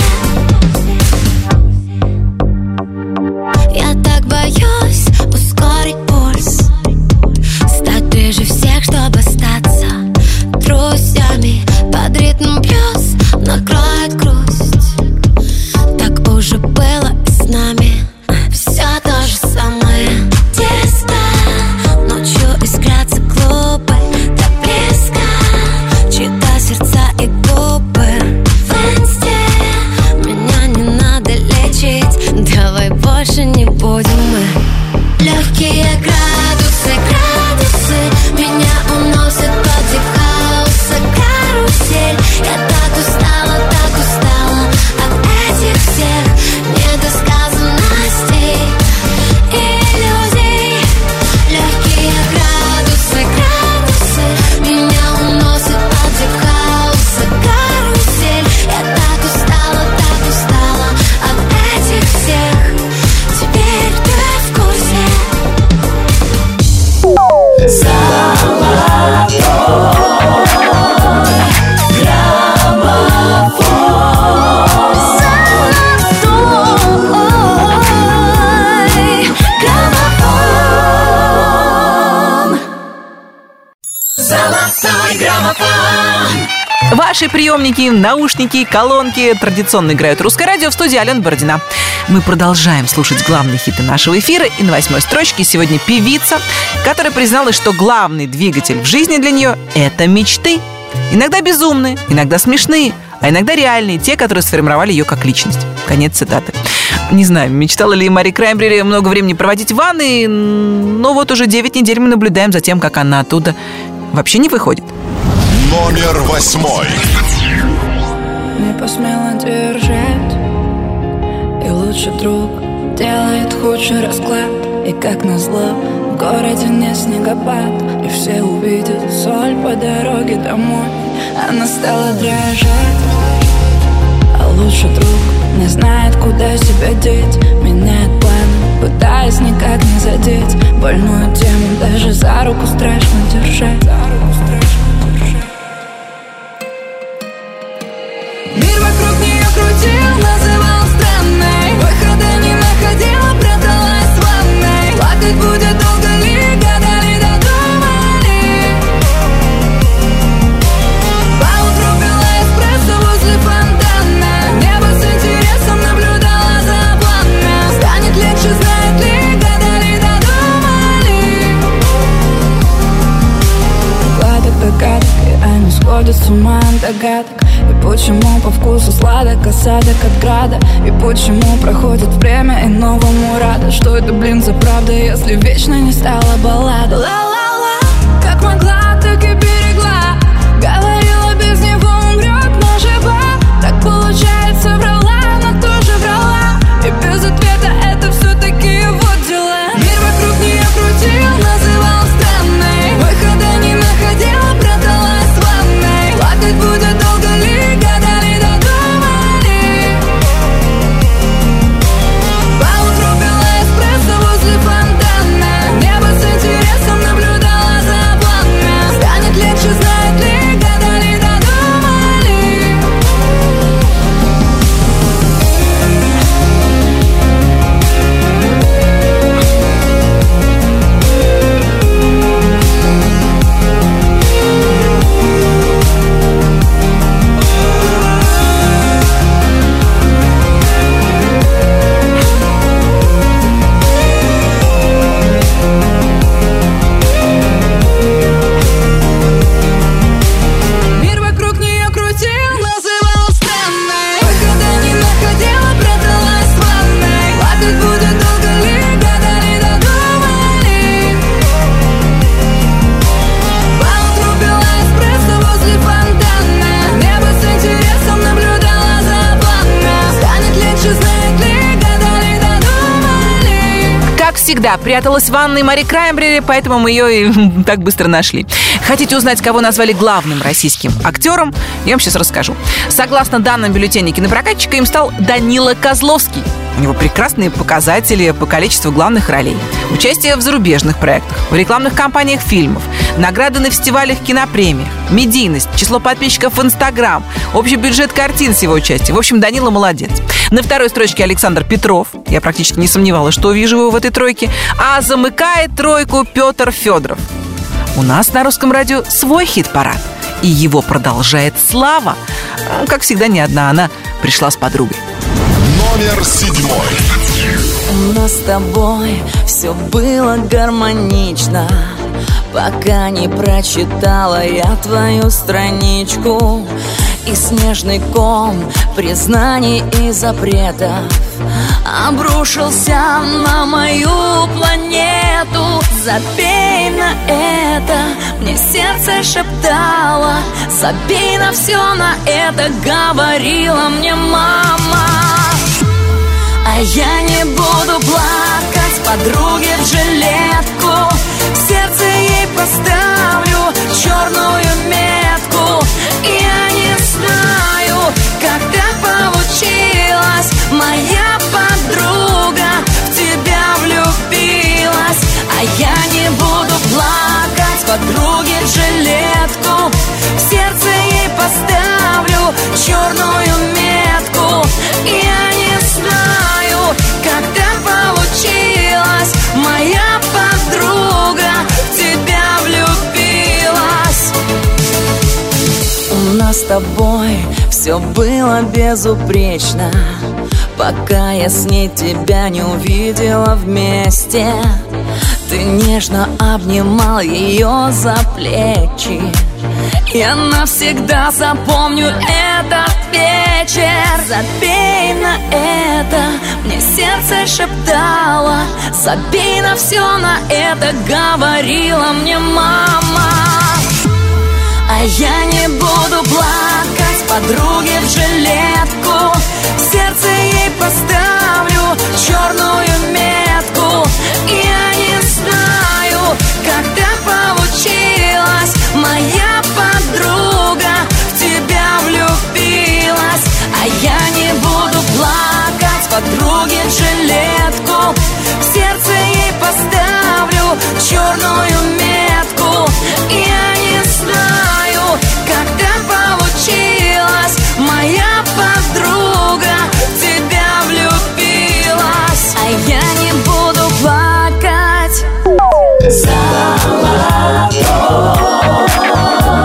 Я так боюсь ускорить пульс, стать ближе всех, чтобы остаться друзьями. Под ритм плюс накроет грусть. Так уже было и с нами. Все то же самое. Тесто ночью искрятся клубы, так близко чьи-то сердца и губы. В инсте меня не надо лечить, давай больше не будем мы. Легкие градусы, градусы меня уносят под дипхауса карусель. Я так устала, так устала от этих всех недосказанностей, иллюзий. Легкие градусы, градусы меня уносят под дипхауса карусель. Я так устала, так устала от этих всех. Теперь ты в курсе. Золотой граммофон. Золотой граммофон. Золотой граммофон. Ваши приемники, наушники, колонки традиционно играют русское радио. В студии Алена Бородина. Мы продолжаем слушать главные хиты нашего эфира. И на восьмой строчке сегодня певица, которая призналась, что главный двигатель в жизни для нее – это мечты. Иногда безумные, иногда смешные, а иногда реальные, те, которые сформировали ее как личность. Конец цитаты. Не знаю, мечтала ли Мари Краймбрери много времени проводить в ванной, но вот уже девять недель мы наблюдаем за тем, как она оттуда вообще не выходит. Номер восьмой. Не посмела держать, и лучший друг делает худший расклад. И как назло, в городе не снегопад, и все увидят соль по дороге домой. Она стала дрожать, а лучший друг не знает, куда себя деть. Меняет планы, пытаясь никак не задеть больную тему. Даже за руку страшно держать. Мир вокруг нее крутил сводит с ума от догадок. И почему по вкусу сладок осадок от града? И почему проходит время и новому рада? Что это, блин, за правда, если вечно не стала баллада? Ла-ла-ла, как могла, так и берегла. Говорила, без него умрет, но жива. Так получается, врала, но тоже врала. И без ответа это все-таки его дела. Мир вокруг нее крутил, называл странной. Выхода не находила, пряталась в ванной. Плакать будет долго ли, гадали, додумали. Поутру пила эспрессо возле фонтана. Небо с интересом наблюдала за облаками. Станет легче, знает ли, гадали, додумали. Мир вокруг нее крутил, называл странной. Выхода не находила, пряталась в ванной. Плакать будет долго ли, гадали, додумали. Поутру пила эспрессо возле фонтана. Небо с интересом наблюдала за облаками. Станет легче, знает ли, гадали, додумали. Как всегда, пряталась в ванной Мари Краймбрери, поэтому мы ее и так быстро нашли. Хотите узнать, кого назвали главным российским актером? Я вам сейчас расскажу. Согласно данным бюллетеня кинопрокатчика, им стал Данила Козловский. У него прекрасные показатели по количеству главных ролей. Участие в зарубежных проектах, в рекламных кампаниях фильмов, награды на фестивалях, кинопремиях, медийность, число подписчиков в Инстаграм, общий бюджет картин с его участием. В общем, Данила молодец. На второй строчке Александр Петров. Я практически не сомневалась, что увижу его в этой тройке. А замыкает тройку Петр Федоров. У нас на Русском радио свой хит-парад. И его продолжает Слава. Как всегда, не одна она пришла с подругой. Номер седьмой. У нас с тобой все было гармонично, пока не прочитала я твою страничку. И снежный ком признаний и запретов обрушился на мою планету. Забей на это, мне сердце шептало. Забей на все на это, говорила мне мама. А я не буду плакать подруге в жилетку. В сердце ей поставлю черную метку. И я не знаю, как так получилось. Моя подруга в тебя влюбилась. А я не буду плакать подруге в жилетку. В сердце ей поставлю черную метку. И я не знаю, как так получилось. Моя подруга в тебя влюбилась. У нас с тобой все было безупречно, пока я с ней тебя не увидела вместе. Ты нежно обнимал ее за плечи. Я навсегда запомню этот вечер. Забей на это, мне сердце шептало. Забей на все на это, говорила мне мама. А я не буду плакать подруге в жилетку. В сердце ей поставлю черную метку. И я не знаю, как так получилось. Моя подруга в тебя влюбилась. А я не буду плакать подруге в жилетку. В сердце ей поставлю черную метку. И я не знаю, как так получилось. Моя подруга в тебя влюбилась. А я не буду плакать. Золотой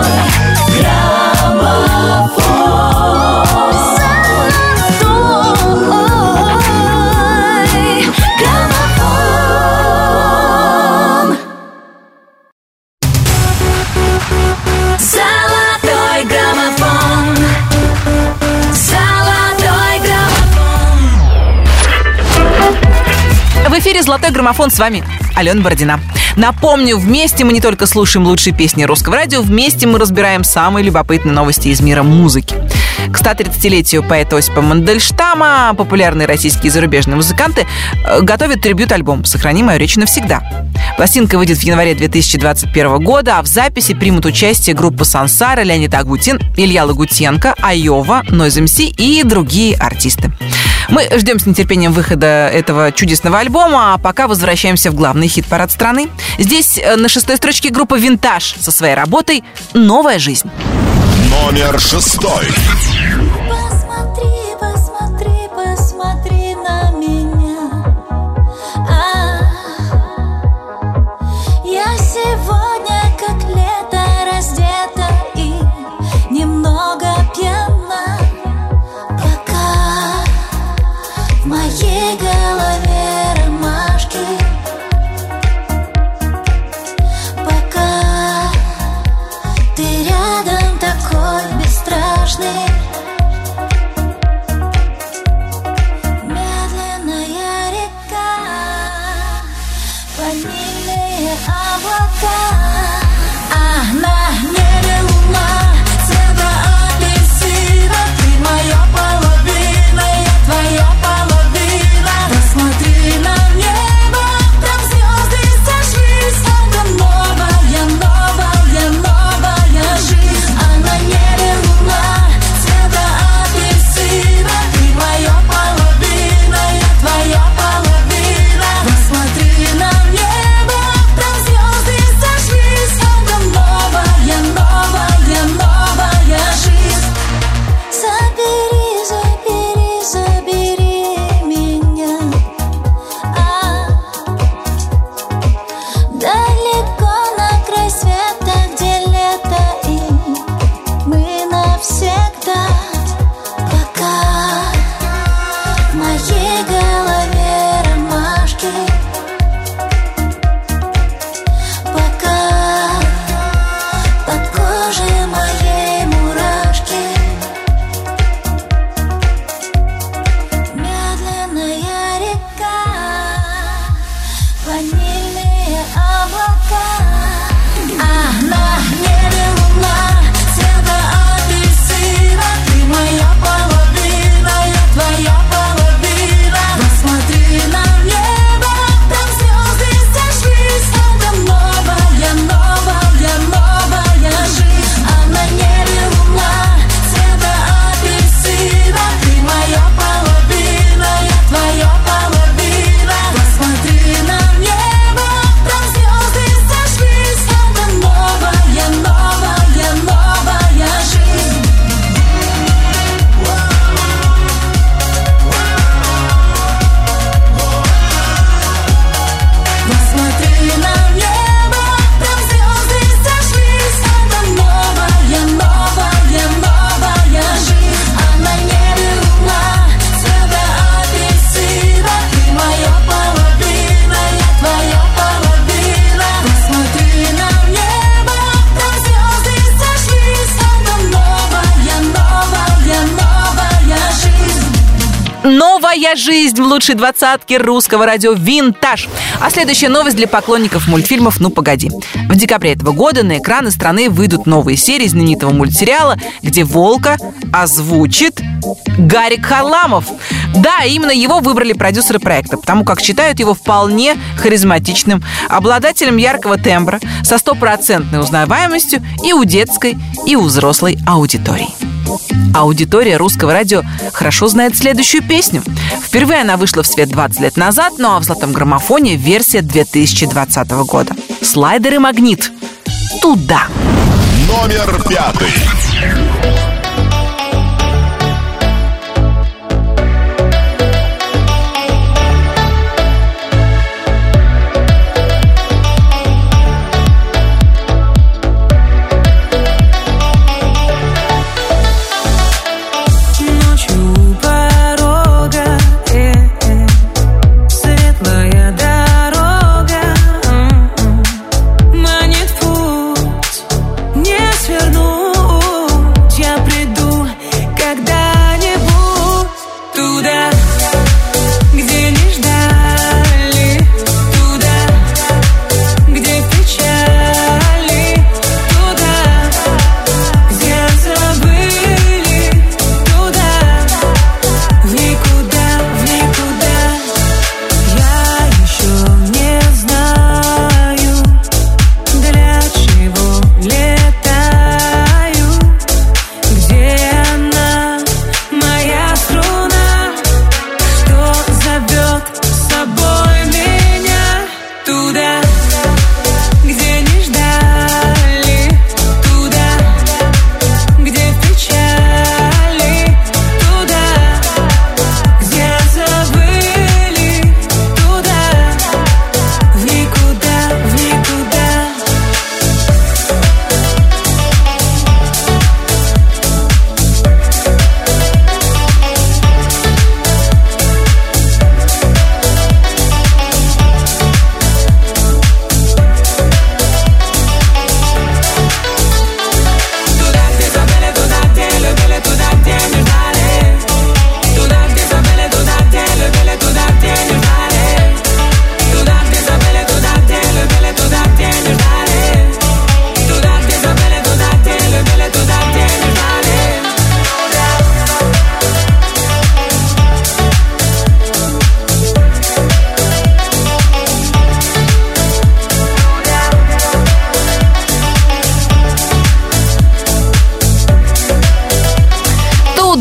В эфире «Золотой граммофон», с вами Алена Бородина. Напомню, вместе мы не только слушаем лучшие песни русского радио, вместе мы разбираем самые любопытные новости из мира музыки. К ста тридцатилетию поэта Осипа Мандельштама популярные российские и зарубежные музыканты готовят трибьют-альбом «Сохрани мою речь навсегда». Пластинка выйдет в январе две тысячи двадцать первого года, а в записи примут участие группа «Сансара», Леонид Агутин, Илья Лагутенко, Айова, Нойз эм си и другие артисты. Мы ждем с нетерпением выхода этого чудесного альбома, а пока возвращаемся в главный хит-парад страны. Здесь на шестой строчке группа «Винтаж» со своей работой «Новая жизнь». Номер шестой. Посмотри, посмотри, посмотри на меня. А, я сегодня как лето раздета и немного пьяна. Пока в моей голове ромашки. Пока ты рядом такой бесстрашный. Медленная река, ванильные облака, а на небе луна цвета апельсина. Ты моя половина, я твоя половина. Посмотри на небо, там звезды сошлись. Это новая, новая, новая жизнь. А на небе луна цвета апельсина. Ты моя половина, я твоя половина. Посмотри на небо, там звезды сошлись. Это новая, новая, новая жизнь. Забери, забери, забери меня. А, далеко на край света, где лето, и мы навсегда. Пока в моей голове ромашки. Пока под кожей моей мурашки. Медленная река, ванильные облака, а на небе луна цвета апельсина. Ты моя половина, я твоя половина. Посмотри на небо, там звезды сошлись. Это новая, новая, новая жизнь. А на небе луна цвета апельсина. Ты моя половина, я твоя половина. Посмотри на небо, там звезды сошлись. Это новая, новая, новая жизнь. Посмотри на небо, там звезды сошлись. Это новая, новая, новая жизнь. А на небе луна цвета апельсина. Ты моя половина, я твоя половина. Посмотри на небо, там звезды сошлись. Это новая, новая, новая жизнь. Новая жизнь в лучшей двадцатке русского радио «Винтаж». А следующая новость для поклонников мультфильмов «Ну, погоди». В декабре этого года на экраны страны выйдут новые серии знаменитого мультсериала, где волка озвучит Гарик Харламов. Да, именно его выбрали продюсеры проекта, потому как считают его вполне харизматичным, обладателем яркого тембра, со стопроцентной узнаваемостью и у детской, и у взрослой аудитории. Аудитория русского радио хорошо знает следующую песню. Впервые она вышла в свет двадцать лет назад, ну а в «Золотом граммофоне» версия две тысячи двадцатого года. «Слайдер и магнит». Туда. Номер пятый. Манит путь, не свернуть. Я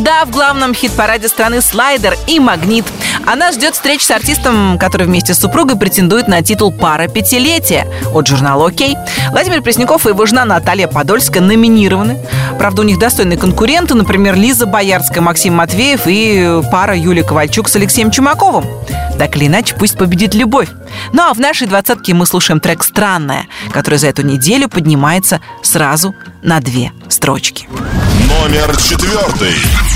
Да, в главном хит-параде страны «Слайдер» и «Магнит». Она ждет встреч с артистом, который вместе с супругой претендует на титул «Пара пятилетия» от журнала «Окей». Владимир Пресняков и его жена Наталья Подольская номинированы. Правда, у них достойные конкуренты, например, Лиза Боярская, Максим Матвеев и пара Юлия Ковальчук с Алексеем Чумаковым. Так или иначе, пусть победит любовь. Ну а в нашей двадцатке мы слушаем трек «Странная», который за эту неделю поднимается сразу на две строчки. Номер четвертый.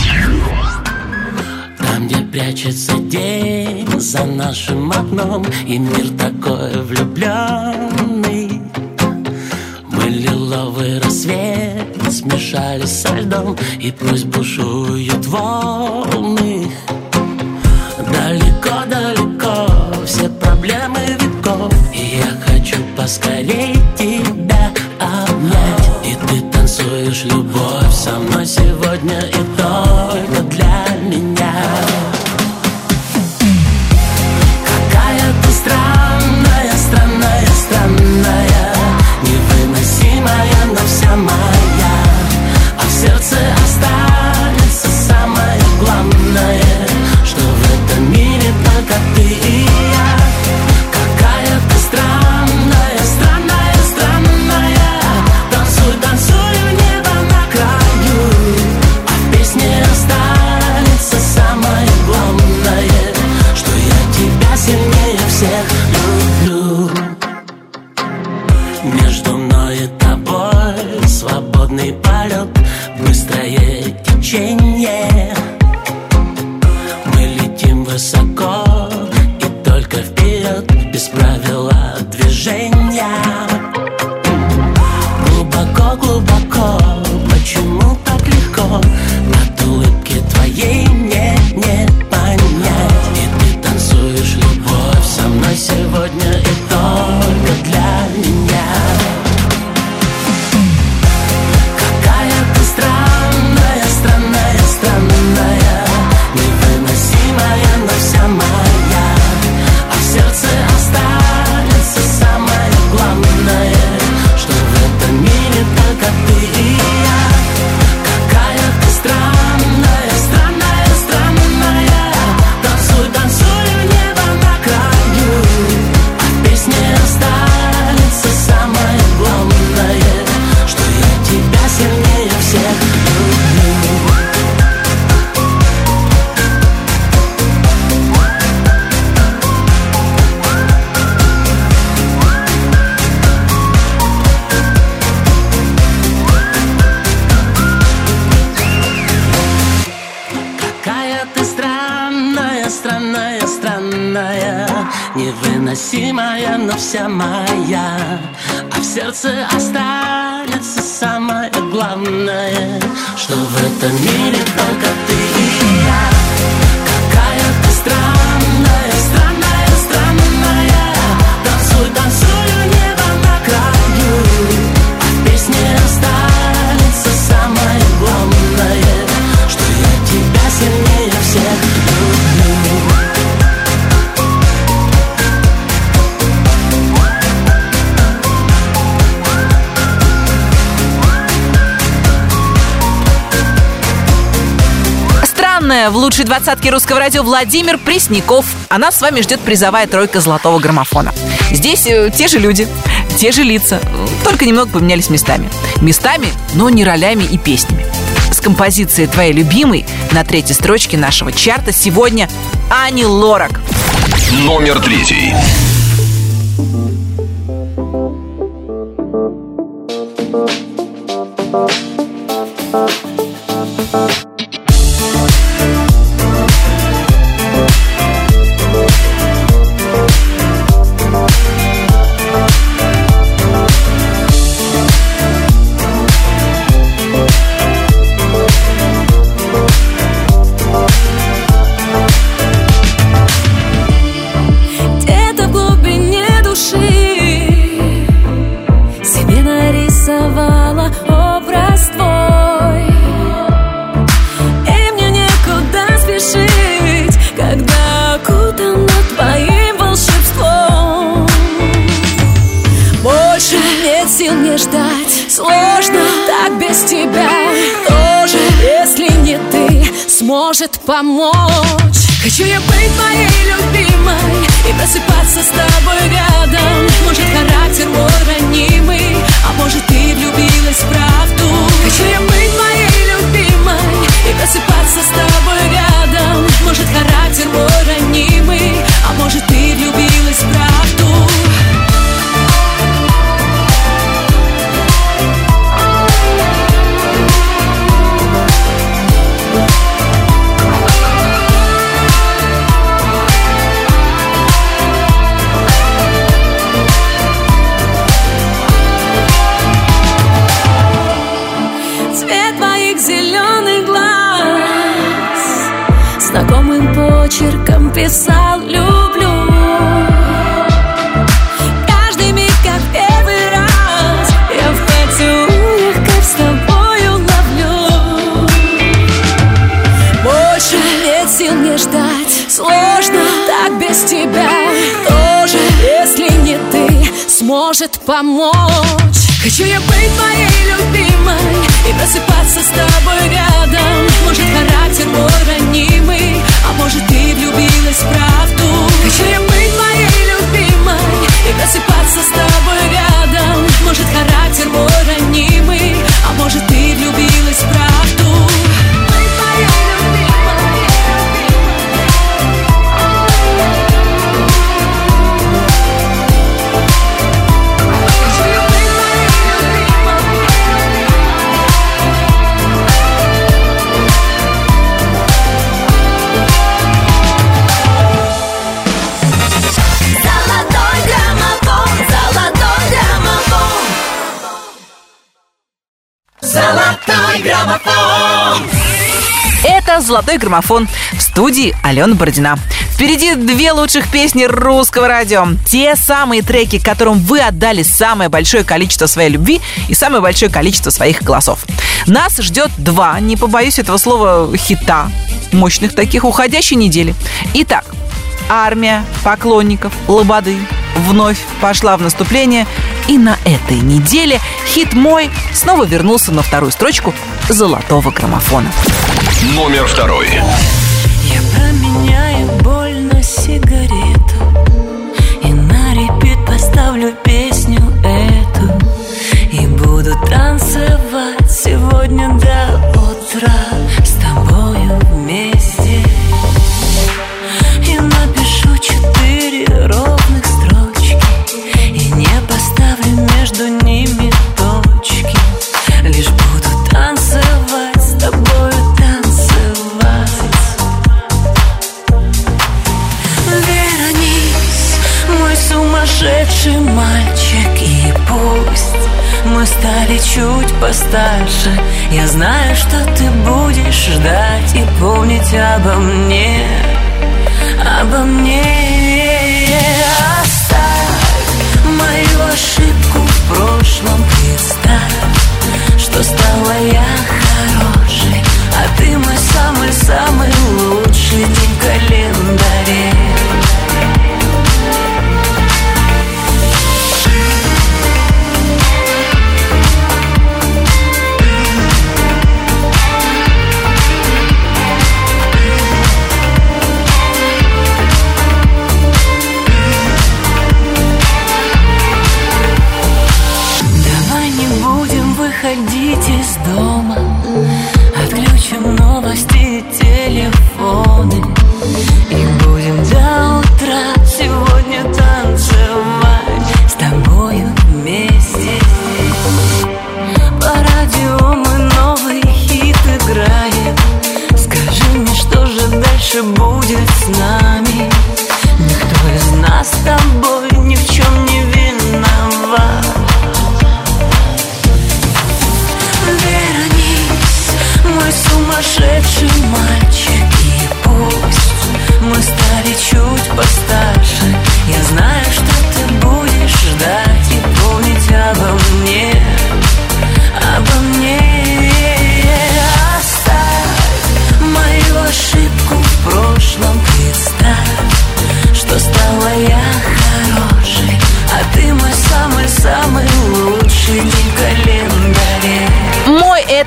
Там, где прячется день за нашим окном, и мир такой влюбленный. Мы лиловый рассвет смешались со льдом, и пусть бушуют волны. Далеко-далеко все проблемы веков, и я хочу поскорей тебя обнять. И ты танцуешь любовь со мной сегодня и только для меня. Какая ты странная, странная, странная, невыносимая, но вся моя. А в сердце останется самое главное, что в этом мире только ты и я. Какая ты странная, странная, странная, танцуй, танцуй в небо на краю. А в песне останется самое главное, что я тебя сильнее всех люблю. Между мной и тобой свободный полет, быстрое течение. Мы летим высоко и только вперед, без правила движения. Глубоко-глубоко, почему так легко от улыбки твоей мне не понять. И ты танцуешь любовь со мной сегодня и только для меня. Какая ты странная, странная, странная, невыносимая, но вся моя. А в сердце останется самое главное, что в этом мире только ты и я. Какая ты странная, странная, странная, танцуй, танцуй в небо на краю. А в песне останется самое главное, что я тебя сильнее всех люблю. Какая ты странная, странная, странная, невыносимая, но вся моя. А в сердце останется самое главное, что в этом мире только ты и я. Какая ты странная, странная, странная, танцуй, танцуй в небо на краю. А в песне останется самое главное, что я тебя сильнее всех люблю. В лучшей двадцатке русского радио Владимир Пресняков. А нас с вами ждет призовая тройка золотого граммофона. Здесь э, те же люди, те же лица, только немного поменялись местами. Местами, но не ролями и песнями. С композицией твоей любимой на третьей строчке нашего чарта сегодня Ани Лорак. Номер третий. сил не ждать. Сложно так без тебя тоже. Если не ты, сможет помочь. Хочу я быть твоей любимой и просыпаться с тобой рядом. Может, характер мой ранимый, а может, ты влюбилась в правду. Хочу я быть твоей любимой и просыпаться с тобой рядом. Может, характер мой ранимый, а может, ты влюбилась в правду. Знакомым почерком писал «люблю». Каждый миг, как первый раз, я в поцелуях, как с тобою ловлю. Больше нет сил мне ждать, сложно так без тебя. Тоже, если не ты, сможет помочь. Хочу я быть твоей любимой и просыпаться с тобой рядом. Может, характер мой ранимый, а может, ты влюбилась в правду. Хочу я быть твоей любимой и просыпаться с тобой рядом. Может, характер мой ранимый, а может, ты влюбилась в правду. Быть твоей любимой. Золотой граммофон. Это «Золотой граммофон», в студии Алена Бородина. Впереди две лучших песни русского радио. Те самые треки, которым вы отдали самое большое количество своей любви и самое большое количество своих голосов. Нас ждет два, не побоюсь этого слова, хита, мощных таких, уходящей недели. Итак, армия поклонников Лободы вновь пошла в наступление. И на этой неделе хит «Мой» снова вернулся на вторую строчку «Золотого граммофона». Номер второй. Я променяю боль на сигарету и на репит поставлю песню эту. И буду танцевать сегодня до утра с тобою вместе. И напишу четыре ровных строчки и не поставлю между ними точки. Лишь буду танцевать с тобою, танцевать. Вернись, мой сумасшедший мальчик, и пусть мы стали чуть постарше, я знаю, что ты будешь ждать и помнить обо мне, обо мне. Оставь мою ошибку в прошлом, представь, что стала я хорошей, а ты мой самый-самый лучший день в календаре. Ходить из дома,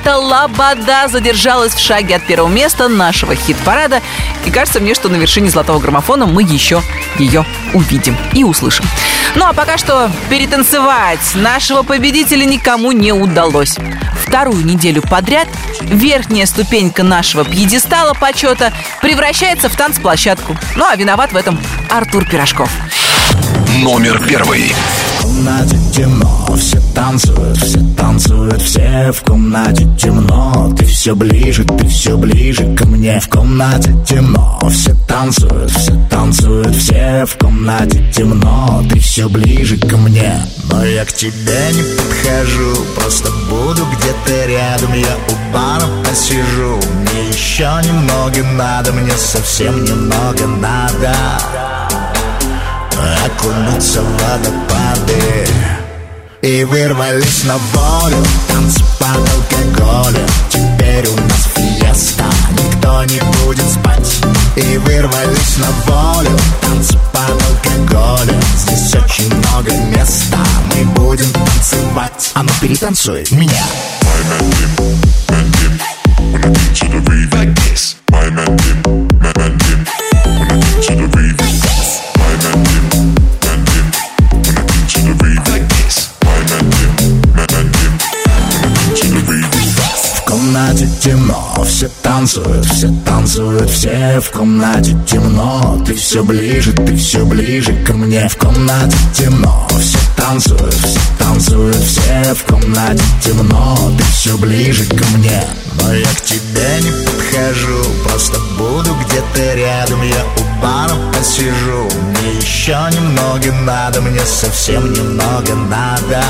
Это «Лобода» задержалась в шаге от первого места нашего хит-парада. И кажется мне, что на вершине золотого граммофона мы еще ее увидим и услышим. Ну а пока что перетанцевать нашего победителя никому не удалось. Вторую неделю подряд верхняя ступенька нашего пьедестала почета превращается в танцплощадку. Ну а виноват в этом Артур Пирожков. Номер первый. В комнате темно, все танцуют, все танцуют, все в комнате темно. Ты все ближе, ты все ближе ко мне. В комнате темно, все танцуют, все танцуют, все в комнате темно. Ты все ближе ко мне, но я к тебе не подхожу, просто буду где-то рядом. Я у бара посижу, мне еще немного надо, мне совсем немного надо окунуться в водопады. И вырвались на волю, танцы под алкоголем. Теперь у нас фиеста, никто не будет спать. И вырвались на волю, танцы под алкоголем. Здесь очень много места, мы будем танцевать. А ну перетанцуй меня. В комнате темно, все танцуют, все танцуют, все в комнате темно. Ты все ближе, ты все ближе ко мне. В комнате темно, все танцуют, все танцуют, все в комнате темно. Ты все ближе ко мне, но я к тебе не подхожу, просто буду где-то рядом. Я у бара посижу, мне еще немного надо, мне совсем немного надо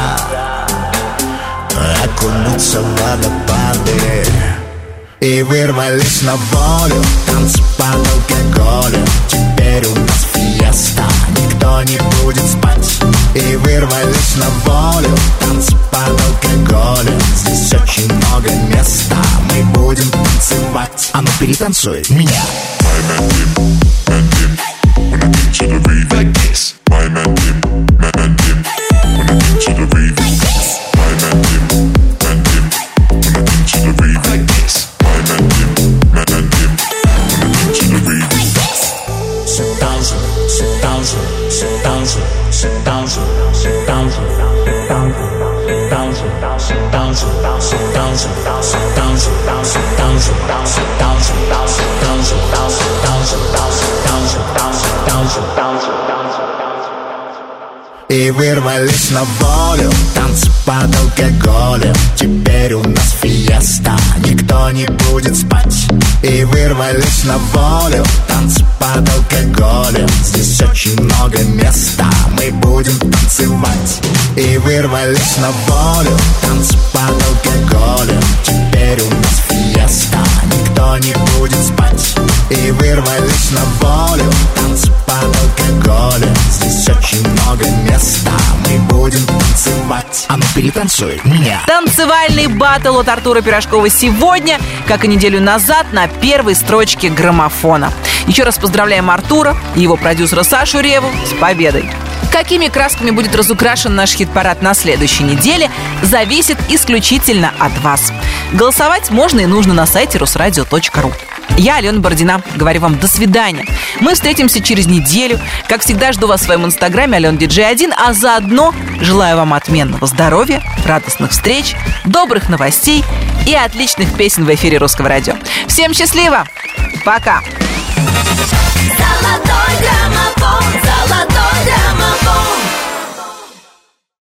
окунуться в водопады. И вырвались на волю, танцы под алкоголем. Теперь у нас фиеста, никто не будет спать. И вырвались на волю, танцы под алкоголем. Здесь очень много места, мы будем танцевать. А ну перетанцуй меня. И вырвались на волю, танцы под алкоголем. Теперь у нас фиеста, никто не будет спать. И вырвались на волю, танцы под алкоголем. Здесь очень много места, мы будем танцевать. И вырвались на волю, танцы под алкоголем. Теперь у нас фиеста, никто не будет спать. И вырвались на волю, танцы под алкоголем. Здесь очень много места, мы будем танцевать. А ну перетанцуй меня. Танцевальный баттл от Артура Пирожкова сегодня, как и неделю назад, на первой строчке граммофона. Еще раз поздравляем Артура и его продюсера Сашу Реву с победой. Какими красками будет разукрашен наш хит-парад на следующей неделе, зависит исключительно от вас. Голосовать можно и нужно на сайте русрадио точка ру. Я, Алена Бородина, говорю вам до свидания. Мы встретимся через неделю. Как всегда, жду вас в своем инстаграме алена диджей один, а заодно желаю вам отменного здоровья, радостных встреч, добрых новостей и отличных песен в эфире Русского радио. Всем счастливо! Пока! Золотой граммофон, золотой граммофон.